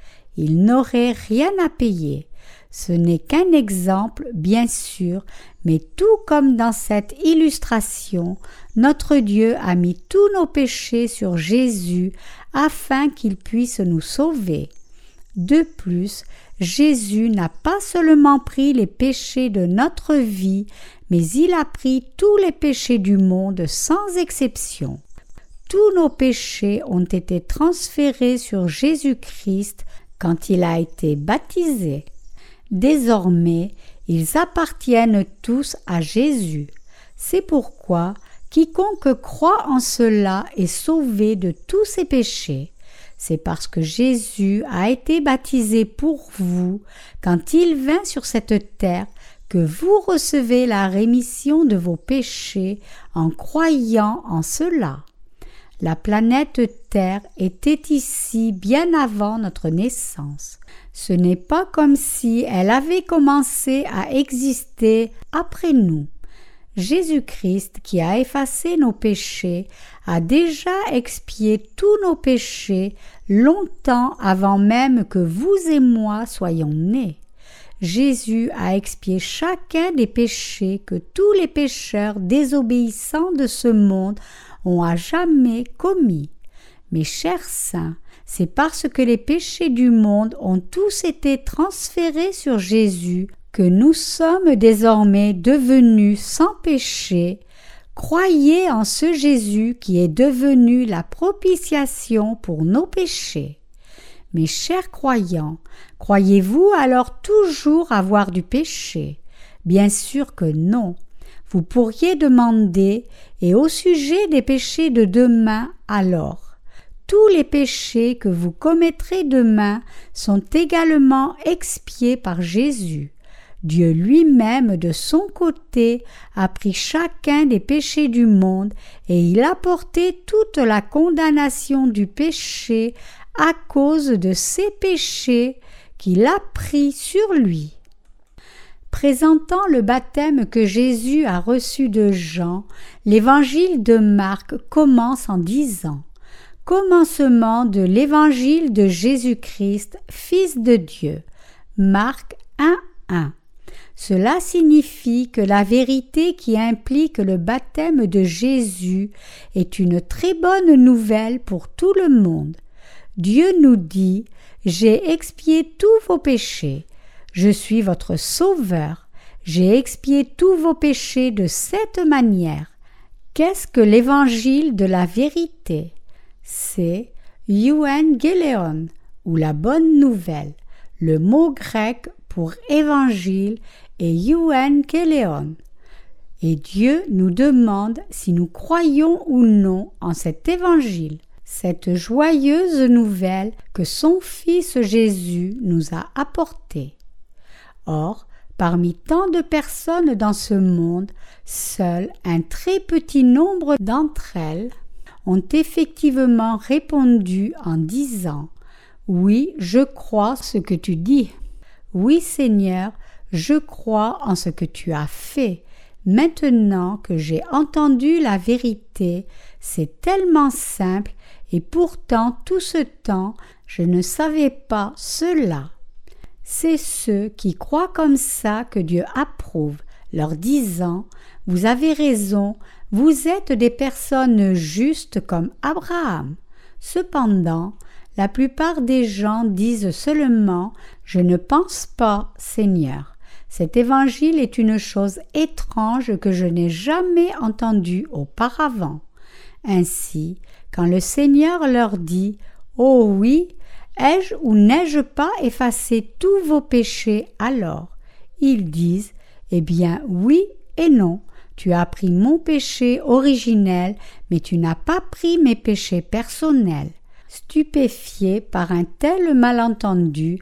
Il n'aurait rien à payer. Ce n'est qu'un exemple, bien sûr, mais tout comme dans cette illustration, notre Dieu a mis tous nos péchés sur Jésus afin qu'il puisse nous sauver. De plus, Jésus n'a pas seulement pris les péchés de notre vie, mais il a pris tous les péchés du monde sans exception. Tous nos péchés ont été transférés sur Jésus-Christ quand il a été baptisé. Désormais, ils appartiennent tous à Jésus. C'est pourquoi quiconque croit en cela est sauvé de tous ses péchés. C'est parce que Jésus a été baptisé pour vous quand il vint sur cette terre que vous recevez la rémission de vos péchés en croyant en cela. La planète Terre était ici bien avant notre naissance. Ce n'est pas comme si elle avait commencé à exister après nous. Jésus-Christ, qui a effacé nos péchés, a déjà expié tous nos péchés longtemps avant même que vous et moi soyons nés. Jésus a expié chacun des péchés que tous les pécheurs désobéissants de ce monde ont à jamais commis. Mes chers saints, c'est parce que les péchés du monde ont tous été transférés sur Jésus que nous sommes désormais devenus sans péché. Croyez en ce Jésus qui est devenu la propitiation pour nos péchés. Mes chers croyants, croyez-vous alors toujours avoir du péché? Bien sûr que non. Vous pourriez demander, et au sujet des péchés de demain alors, tous les péchés que vous commettrez demain sont également expiés par Jésus. Dieu lui-même, de son côté, a pris chacun des péchés du monde et il a porté toute la condamnation du péché à cause de ces péchés qu'il a pris sur lui. Présentant le baptême que Jésus a reçu de Jean, l'évangile de Marc commence en disant « Commencement de l'évangile de Jésus-Christ, Fils de Dieu » Marc 1, 1. Cela signifie que la vérité qui implique le baptême de Jésus est une très bonne nouvelle pour tout le monde. Dieu nous dit « J'ai expié tous vos péchés. Je suis votre sauveur. J'ai expié tous vos péchés de cette manière. » Qu'est-ce que l'évangile de la vérité? C'est euangélion ou la bonne nouvelle. Le mot grec pour évangile est euangélion. Et Dieu nous demande si nous croyons ou non en cet évangile, cette joyeuse nouvelle que son Fils Jésus nous a apportée. Or, parmi tant de personnes dans ce monde, seul un très petit nombre d'entre elles ont effectivement répondu en disant « Oui, je crois ce que tu dis. Oui, Seigneur, je crois en ce que tu as fait. Maintenant que j'ai entendu la vérité, c'est tellement simple et pourtant tout ce temps, je ne savais pas cela. » C'est ceux qui croient comme ça que Dieu approuve, leur disant « Vous avez raison, vous êtes des personnes justes comme Abraham. » Cependant, la plupart des gens disent seulement « Je ne pense pas, Seigneur. » Cet évangile est une chose étrange que je n'ai jamais entendue auparavant. Ainsi, quand le Seigneur leur dit « Oh oui, ai-je ou n'ai-je pas effacé tous vos péchés alors ?» Ils disent « Eh bien oui et non, tu as pris mon péché originel, mais tu n'as pas pris mes péchés personnels. » Stupéfié par un tel malentendu,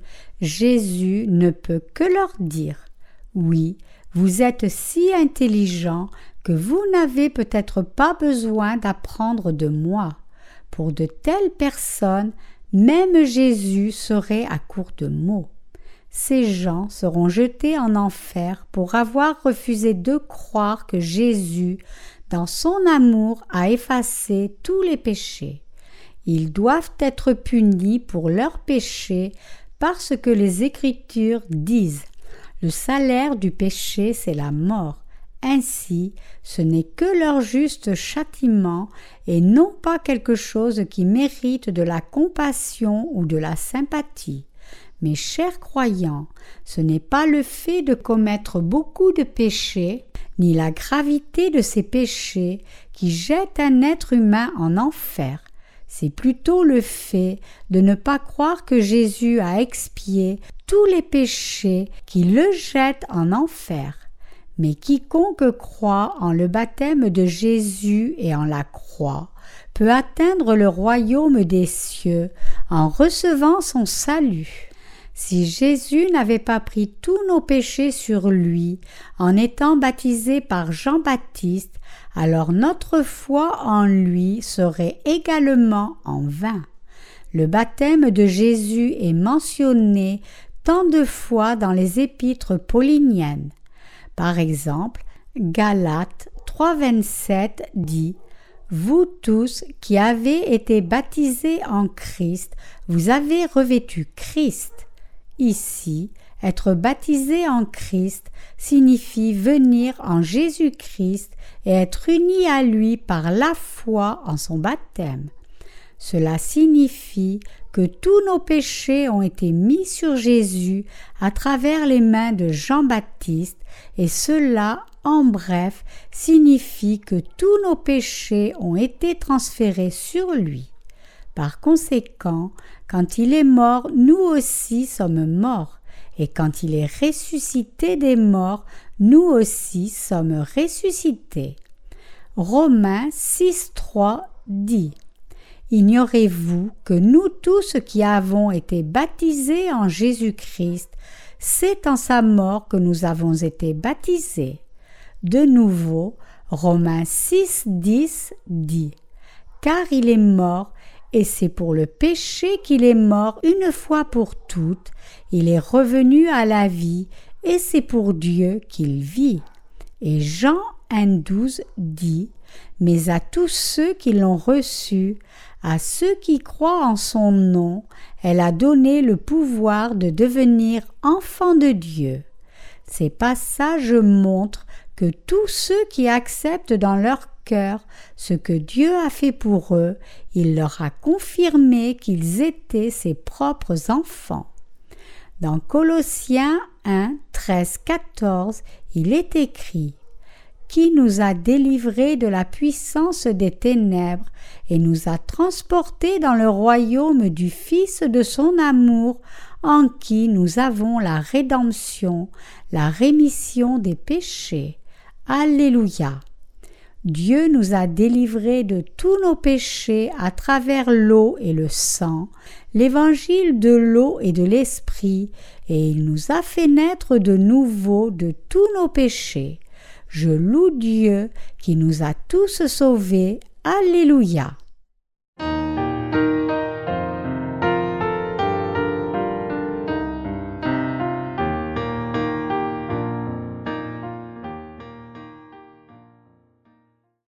Jésus ne peut que leur dire « Oui, vous êtes si intelligents que vous n'avez peut-être pas besoin d'apprendre de moi. Pour de telles personnes, même Jésus serait à court de mots. Ces gens seront jetés en enfer pour avoir refusé de croire que Jésus, dans son amour, a effacé tous les péchés. Ils doivent être punis pour leurs péchés parce que les Écritures disent « Le salaire du péché, c'est la mort. » Ainsi, ce n'est que leur juste châtiment et non pas quelque chose qui mérite de la compassion ou de la sympathie. Mes chers croyants, ce n'est pas le fait de commettre beaucoup de péchés, ni la gravité de ces péchés qui jette un être humain en enfer. C'est plutôt le fait de ne pas croire que Jésus a expié tous les péchés qui le jettent en enfer. Mais quiconque croit en le baptême de Jésus et en la croix peut atteindre le royaume des cieux en recevant son salut. Si Jésus n'avait pas pris tous nos péchés sur lui en étant baptisé par Jean-Baptiste, alors notre foi en lui serait également en vain. Le baptême de Jésus est mentionné tant de fois dans les épîtres pauliniennes. Par exemple, Galates 3,27 dit « Vous tous qui avez été baptisés en Christ, vous avez revêtu Christ. » Ici, être baptisé en Christ signifie venir en Jésus-Christ et être uni à lui par la foi en son baptême. Cela signifie que tous nos péchés ont été mis sur Jésus à travers les mains de Jean-Baptiste et cela, en bref, signifie que tous nos péchés ont été transférés sur lui. Par conséquent, quand il est mort, nous aussi sommes morts, et quand il est ressuscité des morts, nous aussi sommes ressuscités. Romains 6,3 dit « Ignorez-vous que nous tous qui avons été baptisés en Jésus-Christ, c'est en sa mort que nous avons été baptisés. » De nouveau, Romains 6,10 dit « Car il est mort, et c'est pour le péché qu'il est mort une fois pour toutes, il est revenu à la vie, et c'est pour Dieu qu'il vit. » Et Jean 1,12 dit « Mais à tous ceux qui l'ont reçu, à ceux qui croient en son nom, elle a donné le pouvoir de devenir enfants de Dieu. » Ces passages montrent que tous ceux qui acceptent dans leur cœur ce que Dieu a fait pour eux, il leur a confirmé qu'ils étaient ses propres enfants. Dans Colossiens 1, 13, 14, il est écrit « Qui nous a délivrés de la puissance des ténèbres et nous a transportés dans le royaume du Fils de son amour, en qui nous avons la rédemption, la rémission des péchés. » Alléluia! Dieu nous a délivrés de tous nos péchés à travers l'eau et le sang, l'évangile de l'eau et de l'esprit, et il nous a fait naître de nouveau de tous nos péchés. Je loue Dieu qui nous a tous sauvés. Alléluia!